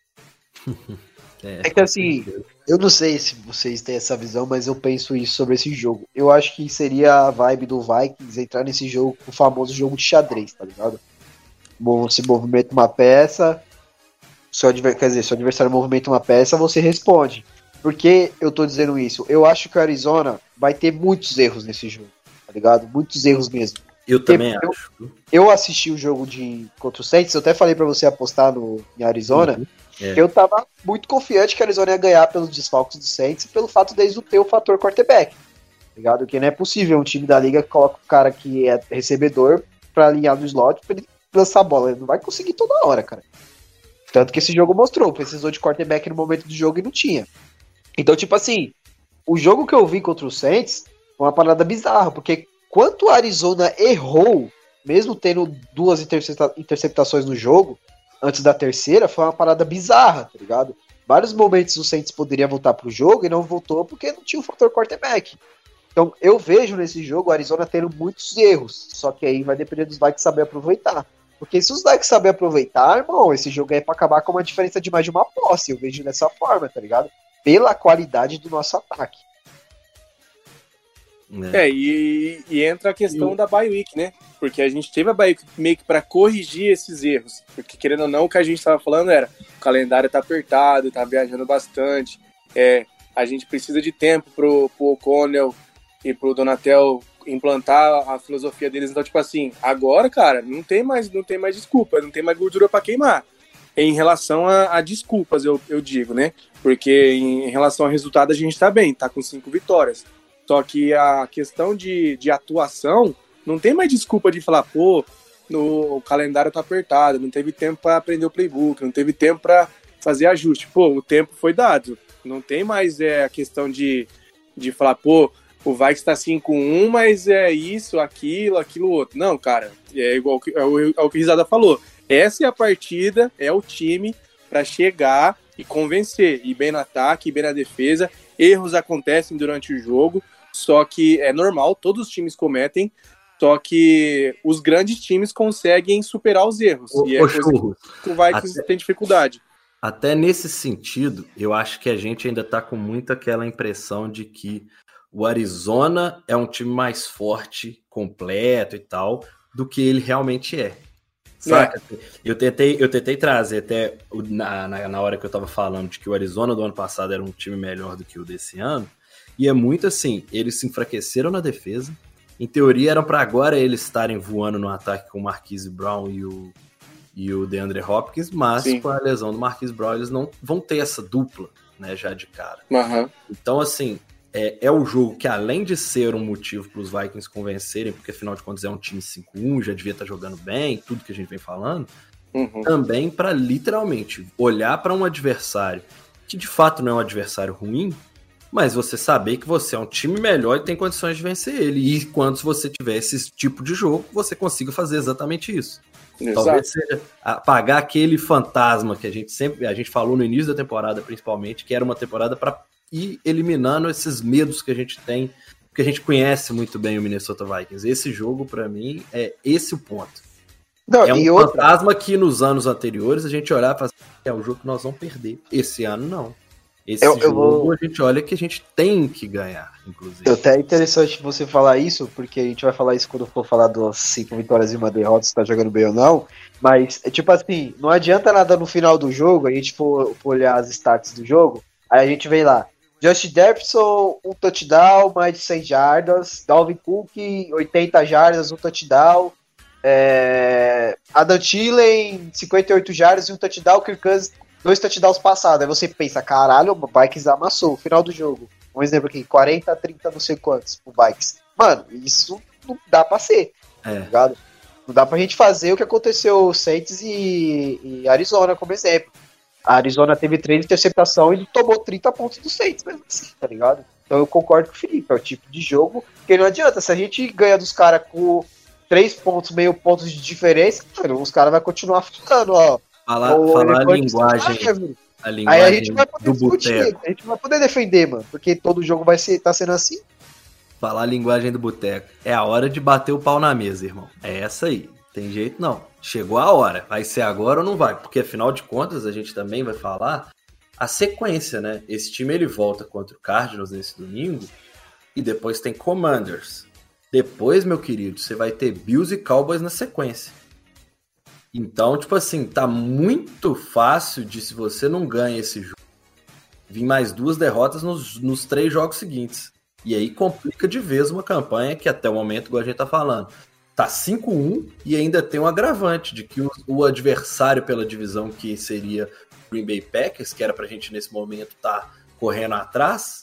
É que assim, eu não sei se vocês têm essa visão, mas eu penso isso sobre esse jogo. Eu acho que seria a vibe do Vikings entrar nesse jogo, o famoso jogo de xadrez, tá ligado? Bom, se movimenta uma peça, seu adver... quer dizer, se o adversário movimenta uma peça, você responde. Por que eu tô dizendo isso? Eu acho que o Arizona vai ter muitos erros nesse jogo, tá ligado? Muitos erros mesmo. Eu também eu, acho. Eu assisti o jogo de contra o Saints, eu até falei pra você apostar no, em Arizona, Uhum, é. que eu tava muito confiante que a Arizona ia ganhar pelos desfalques do Saints e pelo fato deles não ter o fator quarterback, tá ligado? Que não é possível um time da liga que coloca o cara que é recebedor pra alinhar no slot pra ele lançar a bola, ele não vai conseguir toda hora, cara. Tanto que esse jogo mostrou, precisou de quarterback no momento do jogo e não tinha. Então, tipo assim, o jogo que eu vi contra o Saints foi uma parada bizarra, porque quanto o Arizona errou, mesmo tendo duas intercepta- interceptações no jogo, antes da terceira, foi uma parada bizarra, tá ligado? Vários momentos o Saints poderia voltar pro jogo e não voltou porque não tinha o fator quarterback. Então, eu vejo nesse jogo o Arizona tendo muitos erros, só que aí vai depender dos Vikings saber aproveitar. Porque se os Vikings saber aproveitar, irmão, esse jogo aí é pra acabar com uma diferença de mais de uma posse, eu vejo dessa forma, tá ligado? Pela qualidade do nosso ataque. É, é e, e entra a questão da bye week, né? Porque a gente teve a bye week meio que pra corrigir esses erros. Porque, querendo ou não, o que a gente tava falando era o calendário tá apertado, tá viajando bastante, é, a gente precisa de tempo pro, pro O'Connell e pro Donatel implantar a filosofia deles. Então, tipo assim, agora, cara, não tem mais, não tem mais desculpa, não tem mais gordura pra queimar. Em relação a, a desculpas, eu, eu digo, né? Porque em, em relação ao resultado a gente tá bem, tá com cinco vitórias. Só que a questão de, de atuação, não tem mais desculpa de falar, pô, no, o calendário tá apertado, não teve tempo para aprender o playbook, não teve tempo para fazer ajuste. Pô, o tempo foi dado. Não tem mais é, a questão de, de falar, pô, o Vikings tá cinco a um, mas é isso, aquilo, aquilo outro. Não, cara, é igual é o, é o que o Risada falou. Essa é a partida, é o time para chegar e convencer, ir bem no ataque, ir bem na defesa. Erros acontecem durante o jogo, só que é normal, todos os times cometem, só que os grandes times conseguem superar os erros. Ô, e é ô, coisa Churro, que o Vikings até, tem dificuldade. Até nesse sentido, eu acho que a gente ainda tá com muito aquela impressão de que o Arizona é um time mais forte, completo e tal, do que ele realmente é. Saca? É. Eu, tentei, eu tentei trazer até na, na, na hora que eu tava falando de que o Arizona do ano passado era um time melhor do que o desse ano, e é muito assim, eles se enfraqueceram na defesa, em teoria eram para agora eles estarem voando no ataque com o Marquise Brown e o, e o DeAndre Hopkins, mas Sim. com a lesão do Marquise Brown eles não vão ter essa dupla, né, já de cara. Uhum. Então assim, É, é o jogo que, além de ser um motivo para os Vikings convencerem, porque afinal de contas é um time cinco a um, já devia estar jogando bem, tudo que a gente vem falando, uhum. também para literalmente olhar para um adversário que de fato não é um adversário ruim, mas você saber que você é um time melhor e tem condições de vencer ele. E quando você tiver esse tipo de jogo, você consiga fazer exatamente isso. Exato. Talvez seja apagar aquele fantasma que a gente sempre, a gente falou no início da temporada principalmente, que era uma temporada para e eliminando esses medos que a gente tem, porque a gente conhece muito bem o Minnesota Vikings. Esse jogo, para mim, é esse o ponto. Não, é um e fantasma outra... que nos anos anteriores a gente olhava e falava assim, é o jogo que nós vamos perder. Esse ano, não. Esse eu, jogo eu vou... a gente olha que a gente tem que ganhar, inclusive. É até interessante você falar isso, porque a gente vai falar isso quando for falar das cinco vitórias e uma derrota, se tá jogando bem ou não. Mas, é tipo assim, não adianta nada no final do jogo, a gente for, for olhar as stats do jogo, aí a gente vem lá, Justin Jefferson, um touchdown, mais de cem jardas. Dalvin Cook, oitenta jardas, um touchdown. É... Adam Thielen, cinquenta e oito jardas e um touchdown. Kirk Cousins, dois touchdowns passados. Aí você pensa, caralho, o Vikings amassou o final do jogo. Um exemplo aqui, quarenta a trinta não sei quantos pro Vikings. Mano, isso não dá pra ser, é. tá ligado? Não dá pra gente fazer o que aconteceu Saints e, e Arizona como exemplo. A Arizona teve três interceptações e tomou trinta pontos do Saints mesmo assim, tá ligado? Então eu concordo com o Felipe, é o tipo de jogo que não adianta. Se a gente ganha dos caras com três pontos, meio pontos de diferença, mano, os caras vão continuar falando, ó. Falar, falar a linguagem, a linguagem aí a gente vai poder discutir, boteco. a gente vai poder defender, mano, porque todo jogo vai ser, tá sendo assim. Falar a linguagem do boteco. É a hora de bater o pau na mesa, irmão. É essa aí. Tem jeito não. Chegou a hora. Vai ser agora ou não vai? Porque afinal de contas, a gente também vai falar a sequência, né? Esse time ele volta contra o Cardinals nesse domingo e depois tem Commanders. Depois, meu querido, você vai ter Bills e Cowboys na sequência. Então, tipo assim, tá muito fácil de, se você não ganha esse jogo, vir mais duas derrotas nos, nos três jogos seguintes. E aí complica de vez uma campanha que até o momento, igual a gente tá falando, tá cinco a um e ainda tem um agravante de que o, o adversário pela divisão, que seria o Green Bay Packers, que era pra gente nesse momento tá correndo atrás,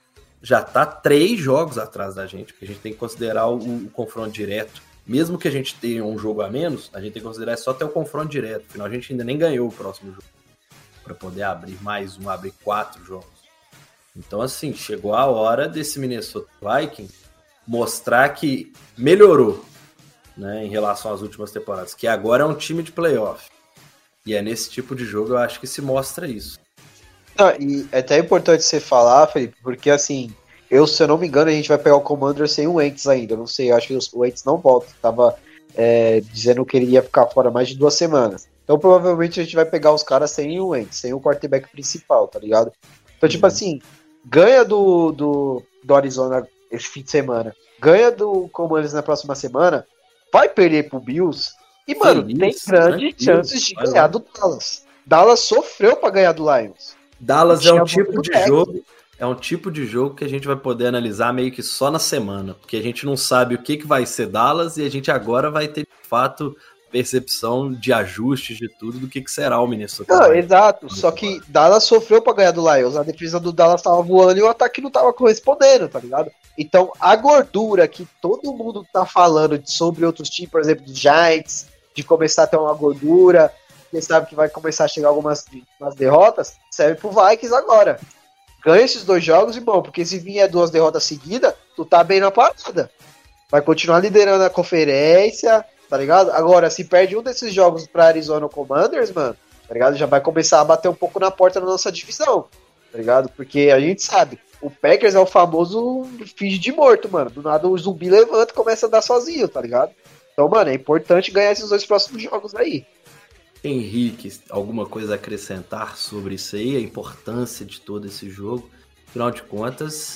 já tá três jogos atrás da gente, porque a gente tem que considerar o, o confronto direto. Mesmo que a gente tenha um jogo a menos, a gente tem que considerar só até o confronto direto. Afinal, a gente ainda nem ganhou o próximo jogo para poder abrir mais um, abrir quatro jogos. Então, assim, chegou a hora desse Minnesota Vikings mostrar que melhorou, né, em relação às últimas temporadas, que agora é um time de playoff. E é nesse tipo de jogo eu acho que se mostra isso. Ah, e é até importante você falar, Felipe, porque assim, eu, se eu não me engano, a gente vai pegar o Commander sem o Wentz ainda. Eu não sei, eu acho que o Wentz não volta. Tava é, dizendo que ele ia ficar fora mais de duas semanas. Então provavelmente a gente vai pegar os caras sem o Wentz, sem o quarterback principal, tá ligado? Então, tipo assim, ganha do, do, do Arizona esse fim de semana, ganha do Commanders na próxima semana, vai perder pro Bills e, mano, Feliz, tem grandes chances de ganhar do Dallas. Dallas sofreu pra ganhar do Lions. Dallas é um tipo de técnico. jogo, é um tipo de jogo que a gente vai poder analisar meio que só na semana, porque a gente não sabe o que, que vai ser Dallas e a gente agora vai ter, de fato, percepção de ajustes de tudo do que, que será o Minnesota. Não, exato, só que Dallas sofreu pra ganhar do Lions, a defesa do Dallas tava voando e o ataque não tava correspondendo, tá ligado? Então, a gordura que todo mundo tá falando sobre outros times, por exemplo, dos Giants, de começar a ter uma gordura, quem sabe que vai começar a chegar algumas umas derrotas, serve pro Vikings agora. Ganha esses dois jogos e bom, porque se vier duas derrotas seguidas, tu tá bem na parada. Vai continuar liderando a conferência, tá ligado? Agora, se perde um desses jogos pra Arizona Commanders, mano, tá ligado? Já vai começar a bater um pouco na porta da nossa divisão, tá ligado? Porque a gente sabe, o Packers é o famoso finge de morto, mano. Do nada o zumbi levanta e começa a andar sozinho, tá ligado? Então, mano, é importante ganhar esses dois próximos jogos aí. Henrique, alguma coisa a acrescentar sobre isso aí, a importância de todo esse jogo? Afinal de contas,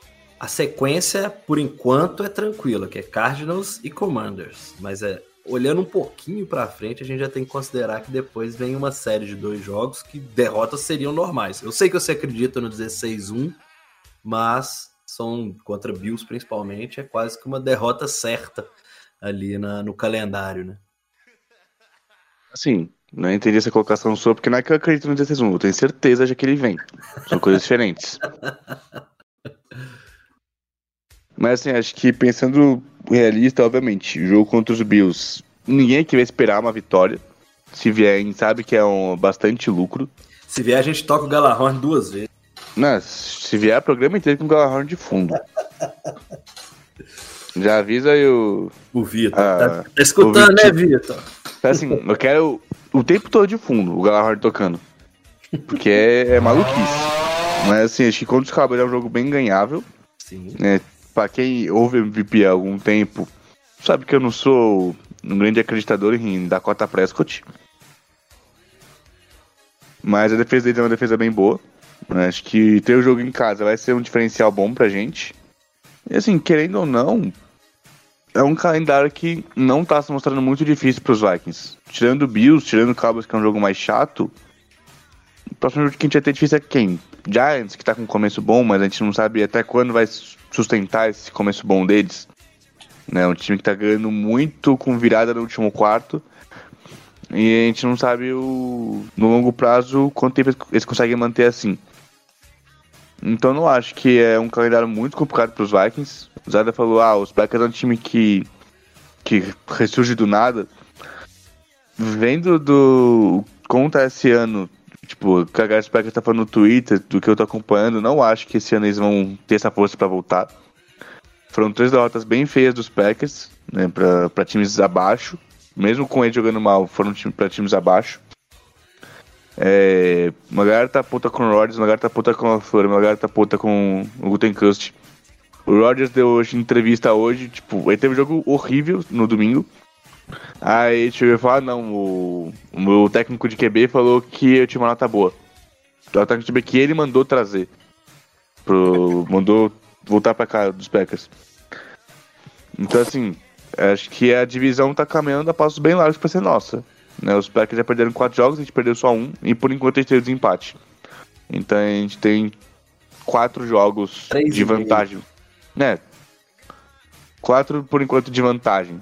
a sequência, por enquanto, é tranquila, que é Cardinals e Commanders. Mas é, olhando um pouquinho pra frente, a gente já tem que considerar que depois vem uma série de dois jogos que derrotas seriam normais. Eu sei que você acredita no dezesseis a um, mas são contra Bills principalmente, é quase que uma derrota certa ali na, no calendário, né? Assim, não entendi essa colocação sua, porque não é que eu acredito no dezesseis a um, eu tenho certeza de que ele vem. São coisas diferentes. Mas assim, acho que pensando realista, obviamente, o jogo contra os Bills, ninguém aqui vai esperar uma vitória. Se vier, a gente sabe que é um bastante lucro. Se vier, a gente toca o Galahorn duas vezes. Não, se vier, programa inteiro com o Galahorn de fundo. Já avisa aí o... O Vitor. Ah, tá, tá escutando, né, Vitor? Assim, eu quero o tempo todo de fundo o Galahorn tocando. Porque é, é maluquice. Mas assim, acho que contra os Cowboys é um jogo bem ganhável. Sim. Né? Pra quem ouve M V P há algum tempo, sabe que eu não sou um grande acreditador em Dakota Prescott. Mas a defesa dele é uma defesa bem boa. Acho que ter o jogo em casa vai ser um diferencial bom pra gente. E assim, querendo ou não, é um calendário que não tá se mostrando muito difícil pros Vikings. Tirando o Bills, tirando o Cowboys, que é um jogo mais chato, o próximo jogo que a gente vai ter difícil é quem? Giants, que tá com um começo bom, mas a gente não sabe até quando vai sustentar esse começo bom deles. Né? Um time que tá ganhando muito com virada no último quarto. E a gente não sabe o, no longo prazo quanto tempo eles conseguem manter assim. Então não acho que é um calendário muito complicado para os Vikings. O Zada falou, ah, os Packers é um time que, que ressurge do nada. Vendo do como tá esse ano Tipo, o que a galera dos Packers tá falando no Twitter, do que eu tô acompanhando, não acho que esse ano eles vão ter essa força pra voltar. Foram três derrotas bem feias dos Packers, né, pra, pra times abaixo. Mesmo com eles jogando mal, foram time, pra times abaixo. É, uma galera tá puta com o Rodgers, uma galera tá puta com a Flora, uma galera tá puta com o Gutenkust. O Rodgers deu hoje entrevista hoje, tipo, ele teve um jogo horrível no domingo. Aí a gente veio falar, não, o, o meu técnico de Q B falou que eu tinha uma nota boa. O técnico de Q B que ele mandou trazer. Pro, mandou voltar pra cá dos Packers. Então assim, acho que a divisão tá caminhando a passos bem largos pra ser nossa. Né, os Packers já perderam quatro jogos, a gente perdeu só um, e por enquanto a gente tem o desempate. Então a gente tem quatro jogos Três de vantagem. Né? Quatro por enquanto de vantagem.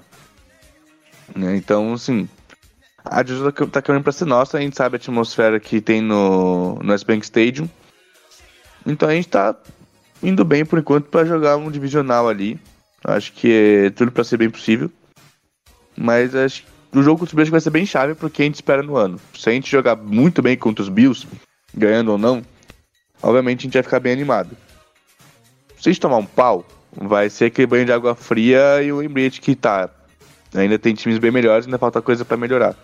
Né? Então, assim, a divisão tá caminhando pra ser nossa, a gente sabe a atmosfera que tem no, no S-Bank Stadium. Então a gente tá indo bem por enquanto pra jogar um divisional ali. Acho que é tudo pra ser bem possível. Mas acho que o jogo contra os Bills vai ser bem chave pro que a gente espera no ano. Se a gente jogar muito bem contra os Bills, ganhando ou não, obviamente a gente vai ficar bem animado. Se a gente tomar um pau, vai ser aquele banho de água fria e o Embrace que tá. Ainda tem times bem melhores, ainda falta coisa pra melhorar.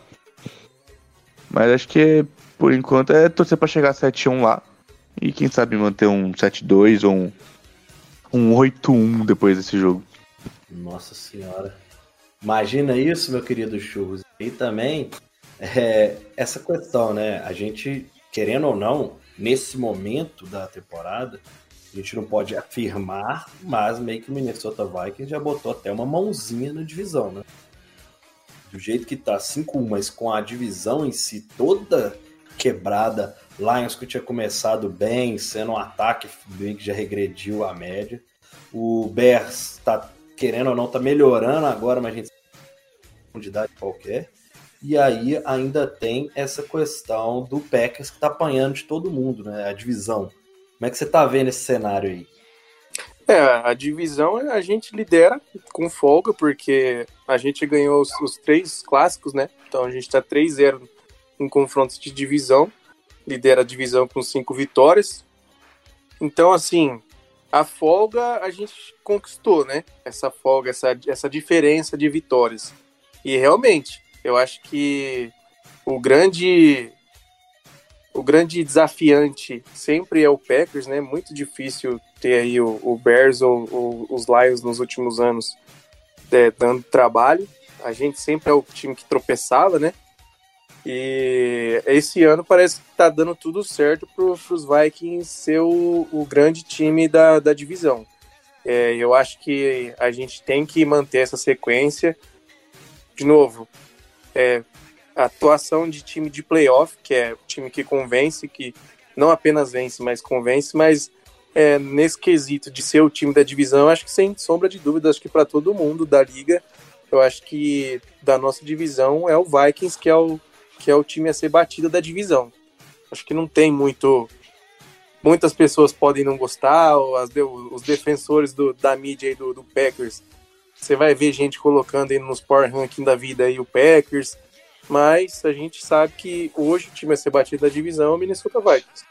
Mas acho que, por enquanto, é torcer pra chegar sete a um lá. E quem sabe manter um sete a dois ou um, um oito a um depois desse jogo. Nossa senhora. Imagina isso, meu querido Churros. E também, é, essa questão, né? A gente, querendo ou não, nesse momento da temporada, a gente não pode afirmar, mas meio que o Minnesota Vikings já botou até uma mãozinha na divisão, né? Do jeito que tá cinco a um, mas com a divisão em si toda quebrada, Lions que tinha começado bem, sendo um ataque meio que já regrediu a média. O Bears tá, querendo ou não, tá melhorando agora, mas a gente quantidade qualquer. E aí ainda tem essa questão do Packers que tá apanhando de todo mundo, né? A divisão. Como é que você tá vendo esse cenário aí? É, a divisão a gente lidera com folga, porque a gente ganhou os, os três clássicos, né? Então a gente tá três a zero em confrontos de divisão. Lidera a divisão com cinco vitórias. Então, assim, a folga a gente conquistou, né? Essa folga, essa, essa diferença de vitórias. E realmente, eu acho que o grande, o grande desafiante sempre é o Packers, né? Muito difícil ter aí o, o Bears ou, ou os Lions nos últimos anos é, dando trabalho. A gente sempre é o time que tropeçava, né? E esse ano parece que tá dando tudo certo para os Vikings ser o, o grande time da, da divisão. É, eu acho que a gente tem que manter essa sequência. De novo, é, a atuação de time de playoff, que é o time que convence, que não apenas vence, mas convence, mas é, nesse quesito de ser o time da divisão, acho que sem sombra de dúvida, acho que para todo mundo da liga, eu acho que da nossa divisão é o Vikings, que é o, que é o time a ser batido da divisão. Acho que não tem muito... Muitas pessoas podem não gostar, ou as, os defensores do, da mídia aí do, do Packers. Você vai ver gente colocando aí nos Power Ranking da vida aí o Packers, mas a gente sabe que hoje o time a ser batido da divisão é o Minnesota Vikings.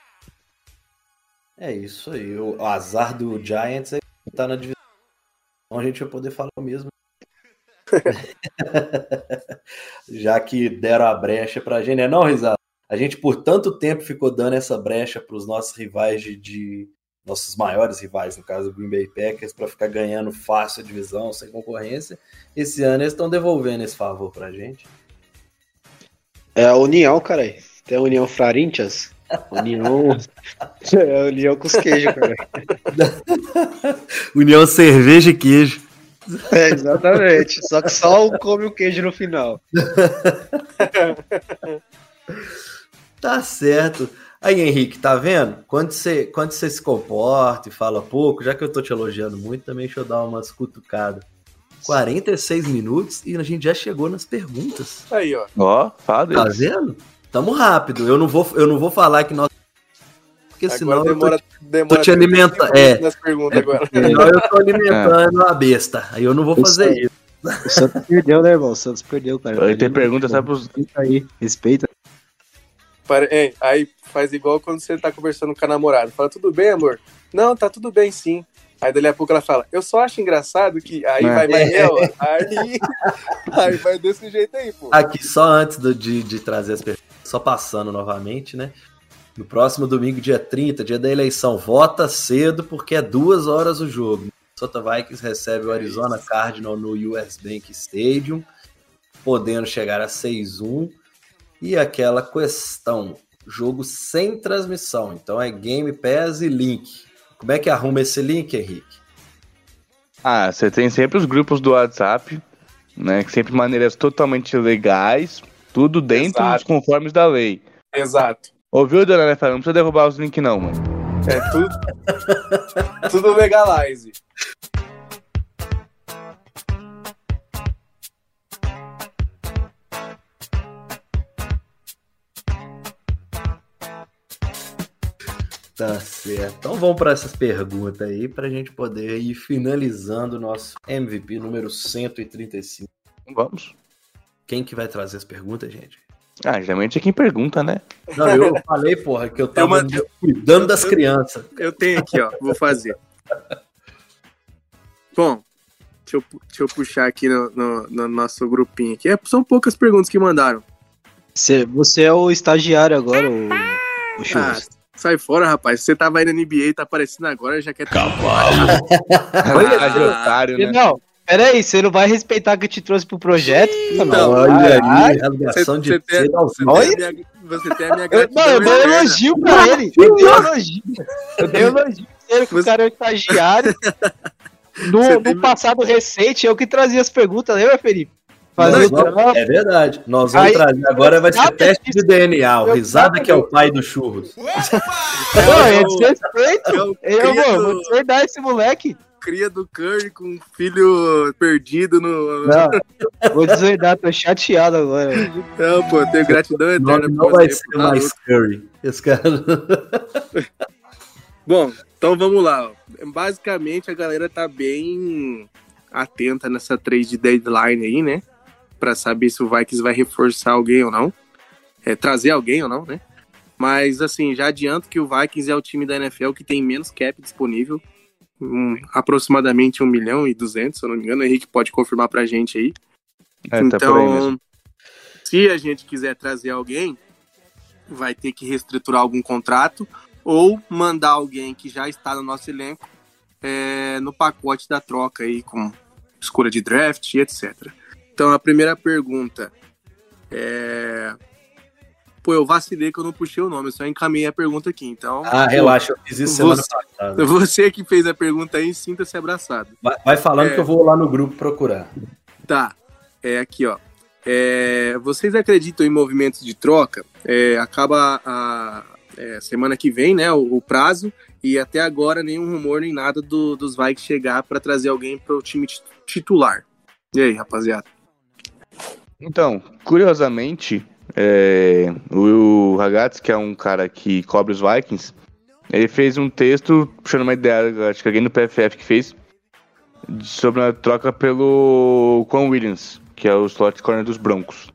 É isso aí. O azar do Giants é que tá na divisão. Então a gente vai poder falar o mesmo. Já que deram a brecha pra gente, né? Não, Risada? A gente por tanto tempo ficou dando essa brecha pros nossos rivais de... de... nossos maiores rivais, no caso do Green Bay Packers, para ficar ganhando fácil a divisão, sem concorrência. Esse ano eles estão devolvendo esse favor pra gente. É a União, cara. Tem a União Frarintias. União... é a União com os queijos, cara. União cerveja e queijo. É, exatamente. Só que só um come o queijo no final. Tá certo. Aí, Henrique, tá vendo? Quando você, quando você se comporta e fala pouco, já que eu tô te elogiando muito, também deixa eu dar umas cutucadas. quarenta e seis minutos e a gente já chegou nas perguntas. Aí, ó. Ó, fala Tá vendo? Tamo rápido. Eu não vou, eu não vou falar que nós... Porque agora senão demora, eu tô, demora tô te alimentando. É, nas perguntas é agora. senão eu tô alimentando a besta. Aí eu não vou fazer isso. O Santos perdeu, né, irmão? O Santos perdeu, cara. Aí tem pergunta, sabe pros... Respeita aí, respeita. Pare... É, aí faz igual quando você tá conversando com a namorada. Fala, tudo bem, amor? Não, tá tudo bem, sim. Aí dali a pouco ela fala, eu só acho engraçado que... Aí é. vai mais é. ela. Aí... aí vai desse jeito aí, pô. Aqui, só antes do, de, de trazer as perguntas, só passando novamente, né? No próximo domingo, dia trinta, dia da eleição, vota cedo, porque é duas horas o jogo. Minnesota Vikings recebe o Arizona Cardinals no U S Bank Stadium, podendo chegar a seis a um. E aquela questão, jogo sem transmissão, então é Game Pass e link. Como é que arruma esse link, Henrique? Ah, você tem sempre os grupos do WhatsApp, né? Que sempre maneiras totalmente legais, tudo dentro Exato. dos conformes da lei. Exato. Ouviu, dona Ana? Não precisa derrubar os links não, mano. É tudo... tudo legalize. Tá certo. Então vamos para essas perguntas aí, para a gente poder ir finalizando o nosso M V P número cento e trinta e cinco. Vamos. Quem que vai trazer as perguntas, gente? Ah, geralmente é quem pergunta, né? Não, eu falei, porra, que eu tava eu mand... cuidando das eu, crianças. Eu tenho aqui, ó, vou fazer. Bom, deixa eu, deixa eu puxar aqui no, no, no nosso grupinho aqui. É, são poucas perguntas que mandaram. Você, você é o estagiário agora, o, o Churras. Ah, sai fora, rapaz. Você tava aí na N B A, tá aparecendo agora, já quer... Cavalo! Olha esse otário, né? Não, peraí, você não vai respeitar que eu te trouxe pro projeto? Não, não, olha aí, rasgação de seda. Você, você tem a minha gratidão. Não, eu dei elogio pra ele. Eu dei elogio. Eu dei elogio pra ele, que o cara é o estagiário. No, no passado recente, eu que trazia as perguntas, lembra, Felipe? Nós, nós, é verdade. Nós vamos aí, trazer. Agora vai ser teste de D N A. O Risada que é o pai do Churros. Não, é desrespeito. Eu vou deserdar esse moleque. Cria do Curry com um filho perdido no... Não, vou deserdar. Tô chateado agora. Não, pô, tenho gratidão eterna. Não, não vai ser mais Curry. Esse cara... Bom, então vamos lá. Basicamente, a galera tá bem atenta nessa trade deadline aí, né? Pra saber se o Vikings vai reforçar alguém ou não. É, trazer alguém ou não, né? Mas, assim, já adianto que o Vikings é o time da N F L que tem menos cap disponível. Um, aproximadamente um milhão e duzentos, se eu não me engano. O Henrique pode confirmar pra gente aí. É, então, tá por aí mesmo. Se a gente quiser trazer alguém, vai ter que reestruturar algum contrato ou mandar alguém que já está no nosso elenco é, no pacote da troca aí, com escolha de draft e etcétera. Então, a primeira pergunta é... Pô, eu vacilei que eu não puxei o nome, eu só encaminhei a pergunta aqui, então... Ah, relaxa, eu fiz isso semana você, passada. Você que fez a pergunta aí, sinta-se abraçado. Vai, vai falando é, que eu vou lá no grupo procurar. Tá, é aqui, ó. É, vocês acreditam em movimentos de troca? É, acaba a é, semana que vem, né, o, o prazo, e até agora nenhum rumor nem nada do, dos Vikings chegar para trazer alguém para o time titular. E aí, rapaziada? Então, curiosamente, é, o Ragazzi, que é um cara que cobre os Vikings, ele fez um texto puxando uma ideia, acho que alguém no P F F que fez, sobre a troca pelo Quan Williams, que é o slot corner dos Broncos.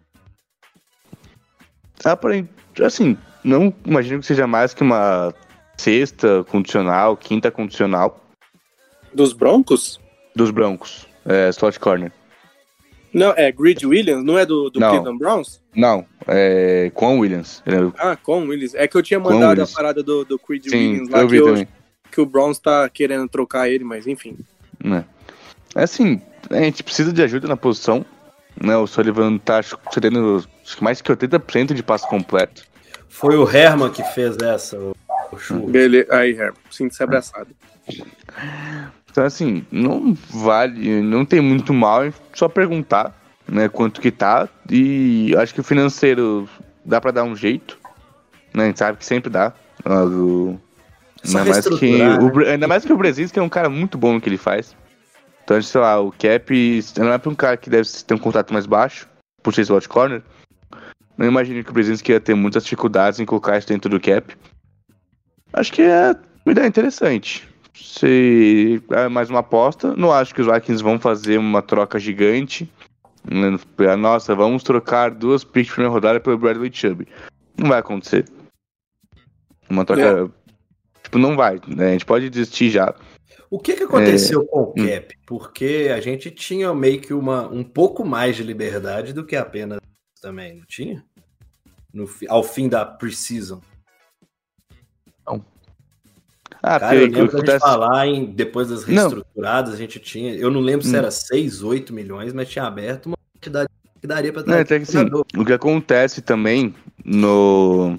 Assim, não imagino que seja mais que uma sexta condicional, quinta condicional. Dos Broncos? Dos Broncos, é, slot corner. Não, é Grid Williams, não é do, do Cleveland Browns? Não, é Quan Williams. Ah, Quan Williams. É que eu tinha mandado a parada do, do Creed Williams lá, que, eu, que o Browns tá querendo trocar ele, mas enfim. É assim, a gente precisa de ajuda na posição, né? O Sullivan tá tendo mais que oitenta por cento de passo completo. Foi o Herman que fez essa, o, o Churros. Beleza, aí Herman, sinta-se abraçado. Então, assim, não vale, não tem muito mal, só perguntar, né, quanto que tá, e acho que o financeiro dá pra dar um jeito, né, a gente sabe que sempre dá. O, ainda, mais que, né? o, ainda mais que o Brasil, que é um cara muito bom no que ele faz. Então, sei lá, o cap não é pra um cara que deve ter um contrato mais baixo, por ser slot corner. Não imagino que o Brasil ia ter muitas dificuldades em colocar isso dentro do cap. Acho que é uma ideia interessante. Se é mais uma aposta, não acho que os Vikings vão fazer uma troca gigante. Nossa, vamos trocar duas picks de primeira rodada pelo Bradley Chubb. Não vai acontecer. Uma troca... É. Tipo, não vai, né? A gente pode desistir já. O que que aconteceu é... com o Cap? Porque a gente tinha meio que uma, um pouco mais de liberdade do que apenas também, não tinha? No, ao fim da pre-season. Não. Ah, cara, eu lembro que, que da gente falar em, depois das reestruturadas, não. a gente tinha, eu não lembro hum. se era seis, oito milhões, mas tinha aberto uma quantidade que daria pra trazer. Não, assim, o que acontece também no...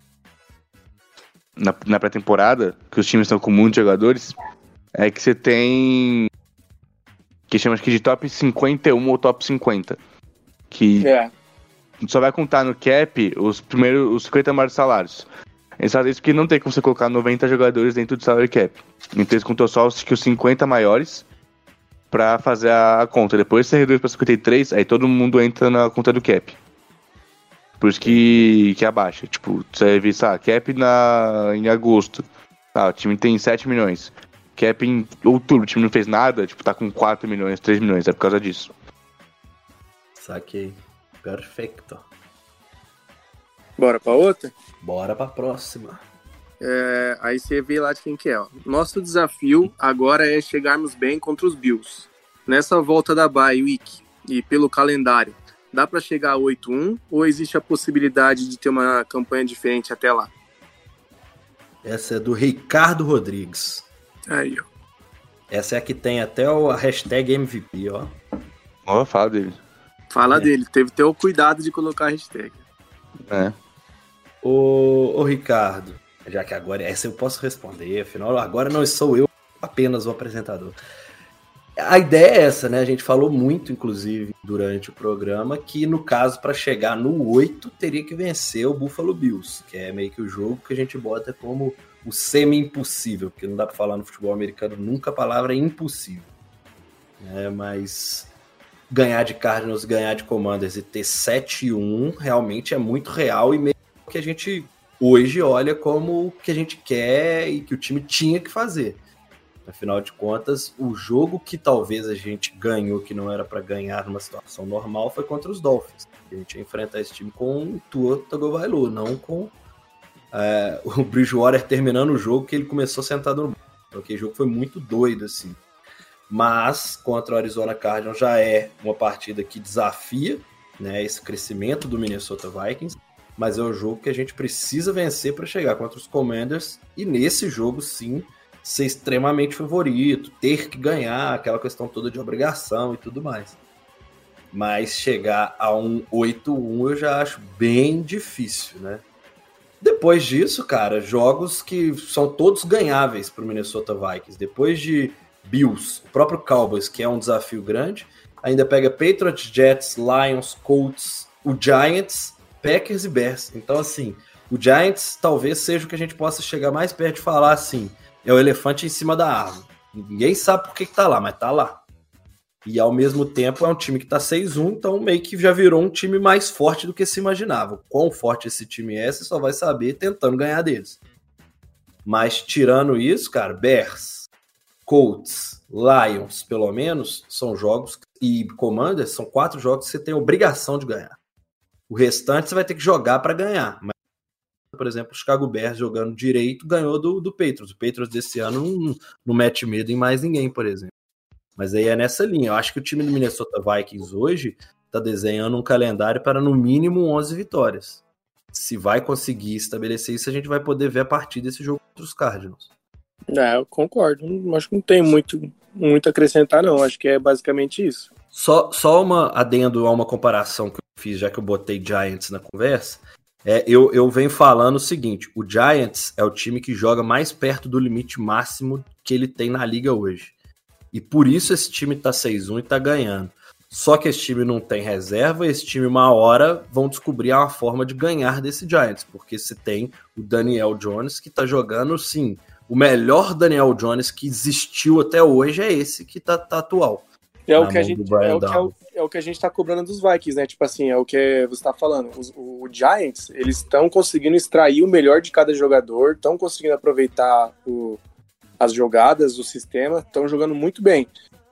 Na, na pré-temporada, que os times estão com muitos jogadores, é que você tem que chama acho que de top cinquenta e um ou top cinquenta. Que é. só vai contar no cap os primeiros, os cinquenta maiores salários. Eles fazem isso porque não tem como você colocar noventa jogadores dentro do salary cap. Então eles contou só os, os cinquenta maiores pra fazer a, a conta. Depois você reduz pra cinquenta e três, aí todo mundo entra na conta do cap. Por isso que, que abaixa. Tipo, você vê, ah, cap na, em agosto. Ah, o time tem sete milhões. Cap em outubro, o time não fez nada, tipo, tá com quatro milhões, três milhões. É por causa disso. Saquei. Perfeito. Bora pra outra? Bora pra próxima. É, aí você vê lá de quem que é. Ó. Nosso desafio agora é chegarmos bem contra os Bills. Nessa volta da bye week e pelo calendário, dá pra chegar a oito a um ou existe a possibilidade de ter uma campanha diferente até lá? Essa é do Ricardo Rodrigues. Aí, ó. Essa é a que tem até a hashtag M V P, ó. Ó, fala dele. Fala é. dele. Teve que ter o cuidado de colocar a hashtag. É. Ô, ô, Ricardo, já que agora essa eu posso responder, afinal, agora não sou eu apenas o apresentador. A ideia é essa, né? A gente falou muito, inclusive, durante o programa, que no caso, para chegar no oito, teria que vencer o Buffalo Bills, que é meio que o jogo que a gente bota como o semi-impossível, porque não dá para falar no futebol americano nunca a palavra é impossível. É, mas ganhar de Cardinals, ganhar de Commanders e ter sete a um realmente é muito real e meio que a gente hoje olha como o que a gente quer e que o time tinha que fazer. Afinal de contas, o jogo que talvez a gente ganhou, que não era para ganhar numa situação normal, foi contra os Dolphins. A gente ia enfrentar esse time com o Tua Tagovailoa, não com é, o Bridgewater terminando o jogo que ele começou sentado no banco. Então, aquele jogo foi muito doido, assim. Mas, contra o Arizona Cardinals, já é uma partida que desafia, né, esse crescimento do Minnesota Vikings, mas é o jogo que a gente precisa vencer para chegar contra os Commanders, e nesse jogo, sim, ser extremamente favorito, ter que ganhar, aquela questão toda de obrigação e tudo mais. Mas chegar a um oito a um eu já acho bem difícil, né? Depois disso, cara, jogos que são todos ganháveis para o Minnesota Vikings. Depois de Bills, o próprio Cowboys, que é um desafio grande, ainda pega Patriots, Jets, Lions, Colts, o Giants, Packers e Bears. Então, assim, o Giants talvez seja o que a gente possa chegar mais perto de falar assim, é o elefante em cima da árvore. Ninguém sabe por que que tá lá, mas tá lá. E ao mesmo tempo é um time que tá seis a um, então meio que já virou um time mais forte do que se imaginava. Quão forte esse time é, você só vai saber tentando ganhar deles. Mas tirando isso, cara, Bears, Colts, Lions, pelo menos, são jogos, e Commanders, são quatro jogos que você tem obrigação de ganhar. O restante você vai ter que jogar para ganhar. Mas, por exemplo, o Chicago Bears jogando direito ganhou do, do Patriots. O Patriots desse ano não, não mete medo em mais ninguém, por exemplo. Mas aí é nessa linha. Eu acho que o time do Minnesota Vikings hoje está desenhando um calendário para no mínimo onze vitórias. Se vai conseguir estabelecer isso, a gente vai poder ver a partir desse jogo contra os Cardinals. É, eu concordo. Acho que não tem muito, muito a acrescentar, não. Acho que é basicamente isso. Só, só uma adendo a uma comparação que eu fiz, já que eu botei Giants na conversa. É, eu, eu venho falando o seguinte, o Giants é o time que joga mais perto do limite máximo que ele tem na liga hoje. E por isso esse time tá seis a um e tá ganhando. Só que esse time não tem reserva, esse time uma hora vão descobrir uma forma de ganhar desse Giants, porque se tem o Daniel Jones que tá jogando, sim, o melhor Daniel Jones que existiu até hoje é esse que tá, tá atual. É o, que a gente, é, o que é, o, é o que a gente tá cobrando dos Vikings, né? Tipo assim, é o que você tá falando. Os, o, o Giants, eles estão conseguindo extrair o melhor de cada jogador, estão conseguindo aproveitar o, as jogadas, o sistema, estão jogando muito bem.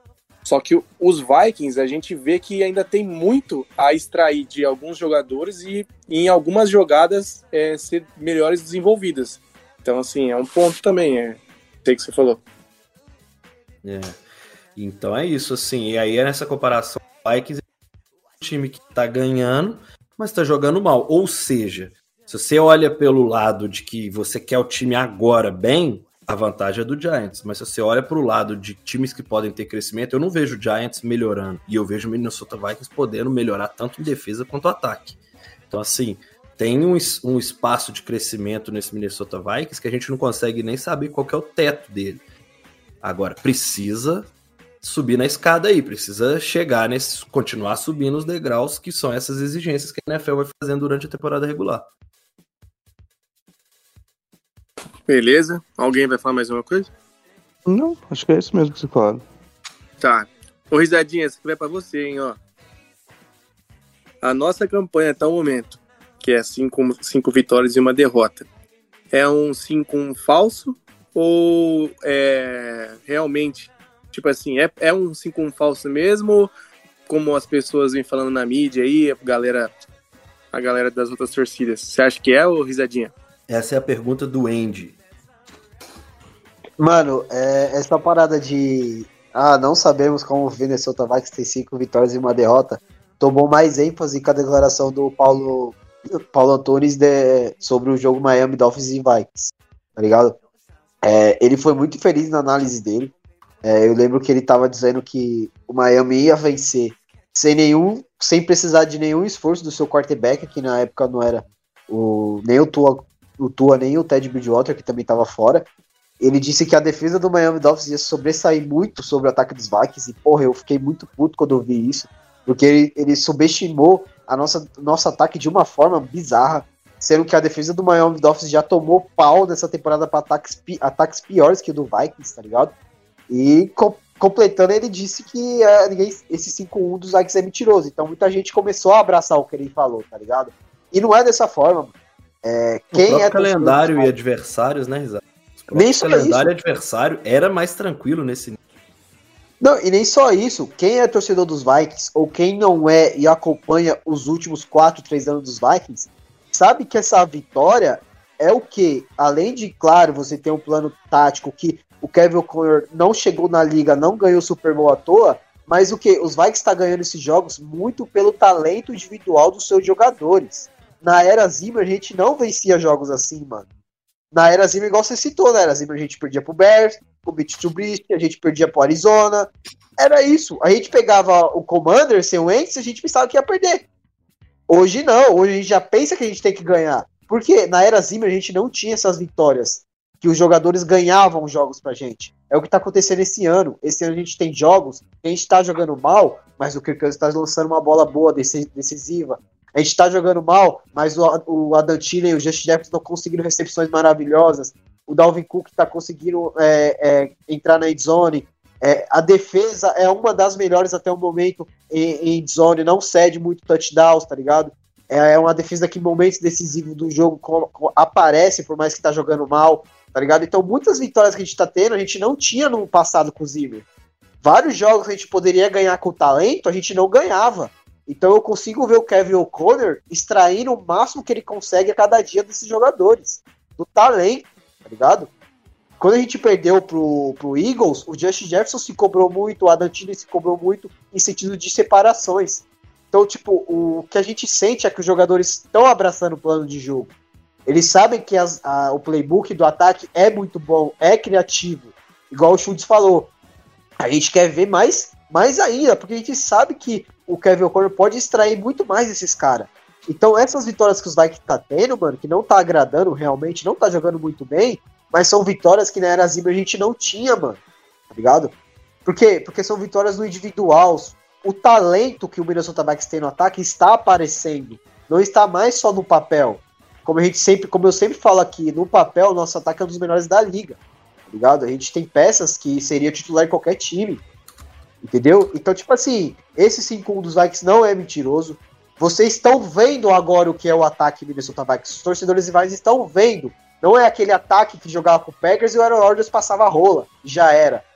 Só que os Vikings, a gente vê que ainda tem muito a extrair de alguns jogadores e, e em algumas jogadas é, ser melhores desenvolvidas. Então, assim, é um ponto também, é sei que você falou. É. Então é isso, assim, e aí é nessa comparação, o Vikings é um time que tá ganhando, mas tá jogando mal. Ou seja, se você olha pelo lado de que você quer o time agora bem, a vantagem é do Giants, mas se você olha para o lado de times que podem ter crescimento, eu não vejo o Giants melhorando, e eu vejo o Minnesota Vikings podendo melhorar tanto em defesa quanto ataque. Então, assim, tem um, um espaço de crescimento nesse Minnesota Vikings que a gente não consegue nem saber qual que é o teto dele. Agora, precisa subir na escada aí, precisa chegar nesse, continuar subindo os degraus, que são essas exigências que a N F L vai fazendo durante a temporada regular. Beleza. Alguém vai falar mais uma coisa? Não, acho que é isso mesmo que você fala. Tá. Ô, Risadinha, essa aqui vai pra você, hein, ó. A nossa campanha até o momento, que é cinco, cinco vitórias e uma derrota, é um cinco um falso ou é realmente, tipo assim, é, é um cinco um falso mesmo, como as pessoas vêm falando na mídia aí, a galera, a galera das outras torcidas? Você acha que é, ô Risadinha? Essa é a pergunta do Andy. Mano, é, essa parada de ah, não sabemos como o Minnesota Vikings tem cinco vitórias e uma derrota, tomou mais ênfase com a declaração do Paulo, Paulo Antunes de, sobre o jogo Miami Dolphins e Vikings, tá ligado? É, ele foi muito feliz na análise dele. É, eu lembro que ele tava dizendo que o Miami ia vencer sem nenhum, sem precisar de nenhum esforço do seu quarterback, que na época não era o, nem o Tua, o Tua nem o Ted Bridgewater, que também tava fora. Ele disse que a defesa do Miami Dolphins ia sobressair muito sobre o ataque dos Vikings, e porra, eu fiquei muito puto quando eu vi isso, porque ele, ele subestimou a nossa, nosso ataque de uma forma bizarra, sendo que a defesa do Miami Dolphins já tomou pau nessa temporada para ataques, ataques piores que o do Vikings, tá ligado? E com, completando, ele disse que é, ninguém, esse cinco um dos Vikings é mentiroso, então muita gente começou a abraçar o que ele falou, tá ligado? E não é dessa forma, mano. É, quem o é calendário e adversários, né, Rizal? Nem só o calendário isso. adversário era mais tranquilo nesse nível. Não, e nem só isso. Quem é torcedor dos Vikings, ou quem não é e acompanha os últimos quatro, três anos dos Vikings, sabe que essa vitória é o quê? Além de, claro, você ter um plano tático que o Kevin O'Connor não chegou na liga, não ganhou o Super Bowl à toa, mas o quê? Os Vikings estão ganhando esses jogos muito pelo talento individual dos seus jogadores. Na era Zimmer, a gente não vencia jogos assim, mano. Na era Zimmer, igual você citou, na era Zimmer a gente perdia pro Bears, pro Mitch Trubisky, a gente perdia pro Arizona. Era isso. A gente pegava o Commander sem o Wentz e a gente pensava que ia perder. Hoje não. Hoje a gente já pensa que a gente tem que ganhar. Porque na era Zimmer a gente não tinha essas vitórias, que os jogadores ganhavam jogos pra gente. É o que tá acontecendo esse ano. Esse ano a gente tem jogos que a gente tá jogando mal, mas o Kirk Cousins tá lançando uma bola boa, decisiva. A gente tá jogando mal, mas o, o Adam Thielen e o Justin Jefferson estão conseguindo recepções maravilhosas. O Dalvin Cook tá conseguindo é, é, entrar na endzone. É, a defesa é uma das melhores até o momento em, em endzone, não cede muito touchdowns, tá ligado? É, é uma defesa que em momentos decisivos do jogo com, com, aparece, por mais que tá jogando mal, tá ligado? Então muitas vitórias que a gente tá tendo, a gente não tinha no passado com o Zimmer. Vários jogos que a gente poderia ganhar com talento, a gente não ganhava. Então eu consigo ver o Kevin O'Connor extraindo o máximo que ele consegue a cada dia desses jogadores. Do talento, tá ligado? Quando a gente perdeu pro, pro Eagles, o Justin Jefferson se cobrou muito, o Adam Thielen se cobrou muito em sentido de separações. Então, tipo, o que a gente sente é que os jogadores estão abraçando o plano de jogo. Eles sabem que as, a, o playbook do ataque é muito bom, é criativo. Igual o Schultz falou. A gente quer ver mais, mais ainda, porque a gente sabe que o Kevin O'Connor pode extrair muito mais desses caras. Então essas vitórias que os Vikings tá tendo, mano, que não tá agradando realmente, não tá jogando muito bem, mas são vitórias que na era Zimmer a gente não tinha, mano, tá ligado? Por quê? Porque são vitórias no individual. O talento que o Minnesota Vikings tem no ataque está aparecendo, não está mais só no papel. Como a gente sempre, como eu sempre falo aqui, no papel o nosso ataque é um dos melhores da liga, tá ligado? A gente tem peças que seria titular em qualquer time. Entendeu? Então, tipo assim, esse cinco um dos Vikings não é mentiroso. Vocês estão vendo agora o que é o ataque Minnesota Vikings. Os torcedores rivais estão vendo. Não é aquele ataque que jogava com o Packers e o Aaron Rodgers passava a rola. Já era.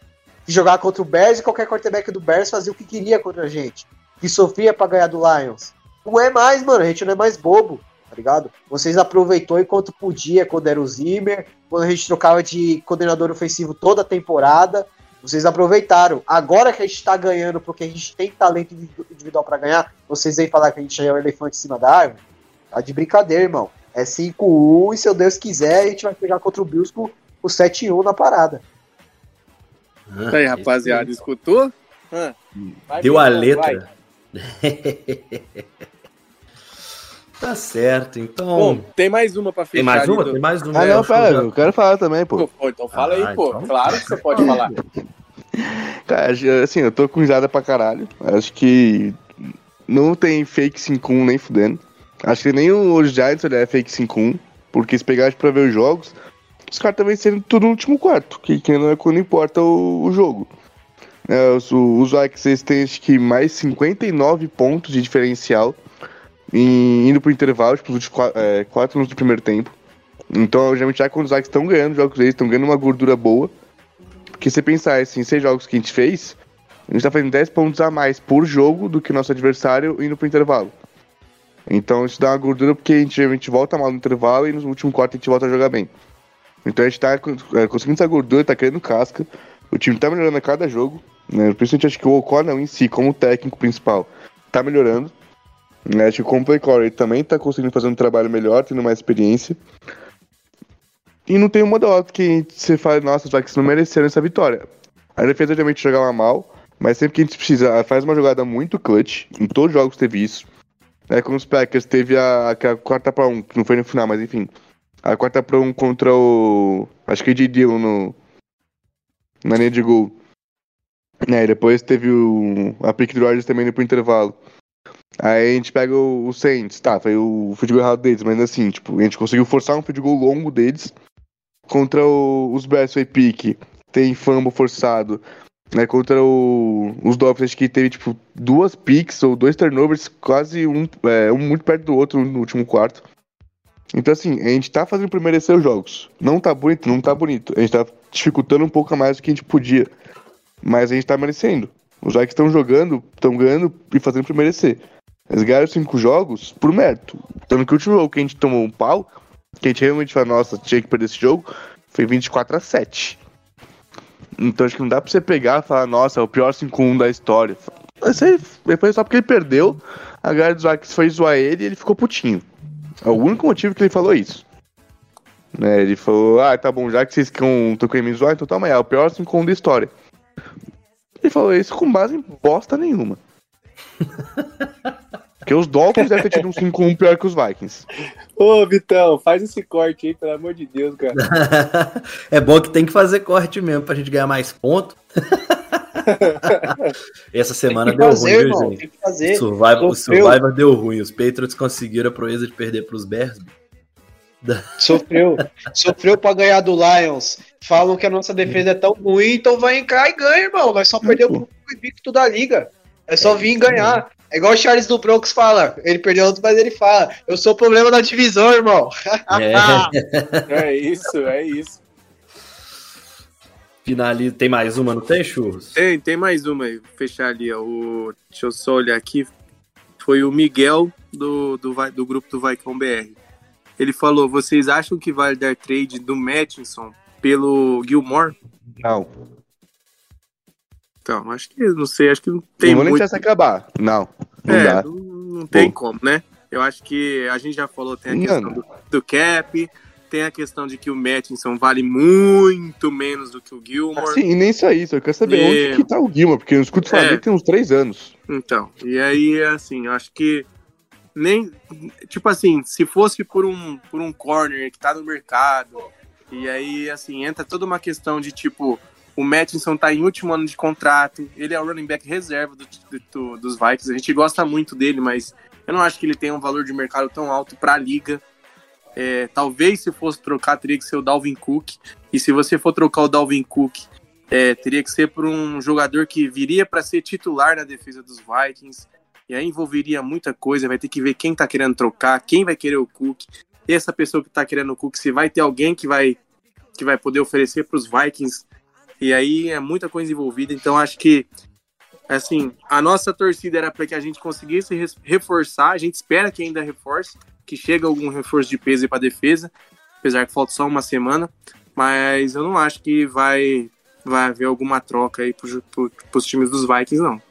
que jogava contra o Bears e qualquer quarterback do Bears fazia o que queria contra a gente, que sofria pra ganhar do Lions. Não é mais, mano, a gente não é mais bobo, tá ligado? Vocês aproveitou enquanto podia, quando era o Zimmer, quando a gente trocava de coordenador ofensivo toda a temporada, vocês aproveitaram. Agora que a gente tá ganhando porque a gente tem talento individual pra ganhar, vocês vêm falar que a gente é o elefante em cima da árvore? Tá de brincadeira, irmão. É cinco a um e se o Deus quiser, a gente vai pegar contra o Bills com o sete a um na parada. Ah, aí, rapaziada, escutou? Ah, deu a letra. Tá certo, então. Bom, tem mais uma pra fechar. Tem mais uma? Do... Tem mais uma. Ah, não, pera, eu quero falar também, pô. Pô, então fala ah, aí, pô. então... Claro que você pode falar. Cara, assim, eu tô com risada pra caralho. Acho que não tem fake cinco a um nem fudendo. Acho que nem os Giants é fake cinco a um, porque se pegar pra ver os jogos, os caras também sendo tudo no último quarto, que, que não é quando importa o, o jogo. É, os os Vikings têm acho que mais cinquenta e nove pontos de diferencial em, indo pro intervalo, tipo, os últimos é, quatro minutos do primeiro tempo. Então, geralmente, já quando os Vikings estão ganhando os jogos deles, estão ganhando uma gordura boa. Porque se você pensar assim, seis jogos que a gente fez, a gente tá fazendo dez pontos a mais por jogo do que o nosso adversário indo pro intervalo. Então isso dá uma gordura porque a gente, a gente volta mal no intervalo e no último quarto a gente volta a jogar bem. Então a gente tá é, conseguindo essa gordura, tá criando casca. O time tá melhorando a cada jogo, né? Principalmente acho que o O'Connell em si, como técnico principal, tá melhorando. Né? Acho que como play caller ele também tá conseguindo fazer um trabalho melhor, tendo mais experiência. E não tem uma da outra que você fala, nossa, os Vikings não mereceram essa vitória. A defesa realmente jogava mal, mas sempre que a gente precisa, ela faz uma jogada muito clutch. Em todos os jogos teve isso. É, com os Packers teve a, a quarta pra um, que não foi no final, mas enfim. A quarta pra um contra o... acho que é de Dillon no, na linha de gol. É, e depois teve o, a pick do Rodgers também indo pro intervalo. Aí a gente pega o, o Saints, tá, foi o field goal errado deles, mas assim, tipo, a gente conseguiu forçar um field goal longo deles contra o, os Bears foi pique, tem fumble forçado, né, contra o, os Dolphins, acho que teve, tipo, duas picks ou dois turnovers, quase um, é, um muito perto do outro no último quarto. Então, assim, a gente tá fazendo por merecer os jogos. Não tá bonito, não tá bonito. A gente tá dificultando um pouco a mais do que a gente podia, mas a gente tá merecendo. Os Vikings estão jogando, estão ganhando e fazendo por merecer. Eles ganharam cinco jogos por mérito. Tanto que o último jogo que a gente tomou um pau, que a gente realmente falou, nossa, tinha que perder esse jogo, foi vinte e quatro a sete. Então acho que não dá pra você pegar e falar, nossa, é o pior cinco a um da história. Foi só porque ele perdeu, a galera dos Vikings foi zoar ele e ele ficou putinho. É o único motivo que ele falou isso. Né, ele falou, ah, tá bom, já que vocês estão querendo me zoar, então toma aí, é o pior cinco a um da história. Ele falou isso com base em bosta nenhuma. Porque os Dolphins devem ter tido um cinco a um pior que os Vikings. Ô, Vitão, faz esse corte aí, pelo amor de Deus, cara. É bom que tem que fazer corte mesmo pra gente ganhar mais pontos. Essa semana deu fazer, ruim, irmão, viu, gente? Tem que fazer. Survivor, o Survivor deu ruim. Os Patriots conseguiram a proeza de perder pros Bears. Sofreu. Sofreu pra ganhar do Lions. Falam que a nossa defesa é tão ruim, então vai entrar e ganha, irmão. Nós só perdemos pro invicto da liga. É só vir ganhar. É igual o Charles do Bronx fala. Ele perdeu outro, mas ele fala. Eu sou o problema da divisão, irmão. É, é isso, é isso. Finaliza. Tem mais uma, não tem, Churros? Tem, tem mais uma aí. Vou fechar ali, ó. O... Deixa eu só olhar aqui. Foi o Miguel do, do, do grupo do Vaicão B R. Ele falou, vocês acham que vai dar trade do Mattison pelo Gilmore? Não. Então, acho que, não sei, acho que não tem não vou muito... nem se acabar. Não, não é, dá. Não, não tem Bom. como, né? Eu acho que a gente já falou, tem a questão não, não. Do, do cap, tem a questão de que o Mattison vale muito menos do que o Gilmore. Sim, e nem só isso, eu quero saber e... onde que tá o Gilmore, porque eu não escuto falar é. dele tem uns três anos. Então, e aí, assim, eu acho que nem, tipo assim, se fosse por um, por um corner que tá no mercado, e aí, assim, entra toda uma questão de, tipo, o Mattison tá em último ano de contrato, ele é o running back reserva do, do, dos Vikings, a gente gosta muito dele, mas eu não acho que ele tenha um valor de mercado tão alto pra liga. É, talvez se fosse trocar, teria que ser o Dalvin Cook, e se você for trocar o Dalvin Cook, é, teria que ser por um jogador que viria para ser titular na defesa dos Vikings, e aí envolveria muita coisa, vai ter que ver quem tá querendo trocar, quem vai querer o Cook, e essa pessoa que tá querendo o Cook, se vai ter alguém que vai, que vai poder oferecer pros Vikings E aí é muita coisa envolvida, então acho que assim, a nossa torcida era para que a gente conseguisse reforçar, a gente espera que ainda reforce, que chegue algum reforço de peso para a defesa, apesar que falta só uma semana, mas eu não acho que vai, vai haver alguma troca aí para os times dos Vikings, não.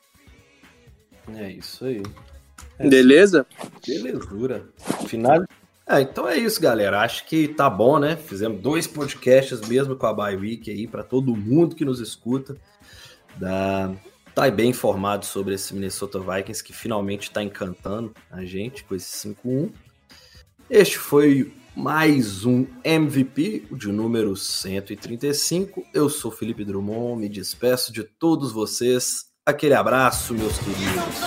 É isso aí. É Beleza? Assim. Belezura. Final. É, então é isso, galera. Acho que tá bom, né? Fizemos dois podcasts mesmo com a Bye Week aí para todo mundo que nos escuta. Da... Tá bem informado sobre esse Minnesota Vikings que finalmente está encantando a gente com esse cinco a um. Este foi mais um M V P de número cento e trinta e cinco. Eu sou Felipe Drummond, me despeço de todos vocês. Aquele abraço, meus queridos.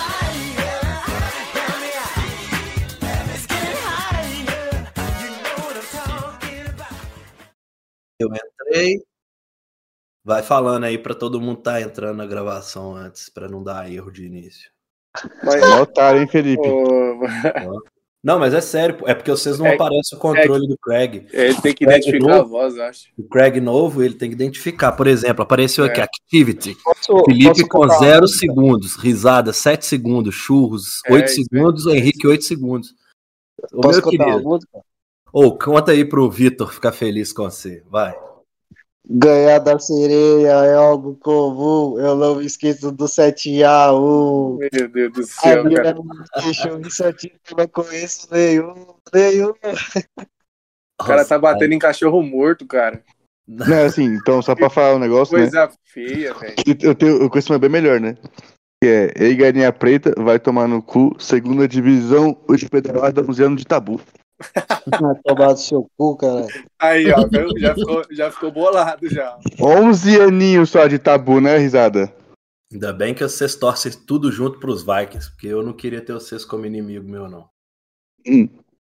Eu entrei. Vai falando aí pra todo mundo tá entrando na gravação antes, pra não dar erro de início. Mas é otário, hein, Felipe? Oh... Não, mas é sério, é porque vocês não é, aparecem o controle é, do Craig. Ele tem que Craig identificar novo, a voz, eu acho. O Craig novo, ele tem que identificar. Por exemplo, apareceu é. aqui, Activity. Posso, Felipe posso com zero segundos, risada sete segundos, churros É, oito isso segundos, é. Henrique oito segundos. Ô, Posso meu contar querido. uma música? Ô, conta aí pro Vitor ficar feliz com você, vai. Ganhar da sereia é algo comum, eu não me esqueço do sete a um. Meu Deus do céu, A minha cara. não me deixou me sentir, eu não conheço nenhum, nenhum. O cara tá batendo em cachorro morto, cara. Não, assim, então, só pra falar um negócio, Coisa né? feia, velho. Eu, tenho, eu conheço uma bem melhor, né? Que é, ei, galinha preta, vai tomar no cu, segunda divisão, os pedalados da Museano de Tabu. Vai tomar do seu cu, cara. Aí, ó, já ficou, já ficou bolado, já. onze aninhos só de Tabu, né, risada? Ainda bem que vocês torcem tudo junto pros Vikings, porque eu não queria ter vocês como inimigo meu, não. Hum.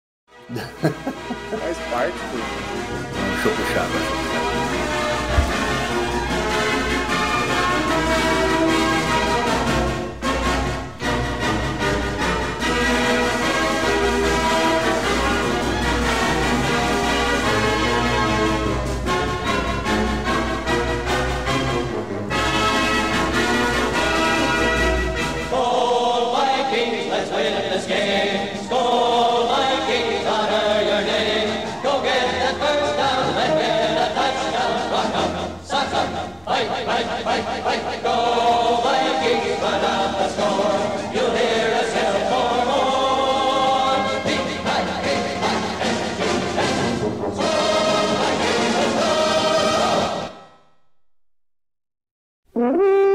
Faz parte, pô. Deixa eu puxar, vai. Uhum.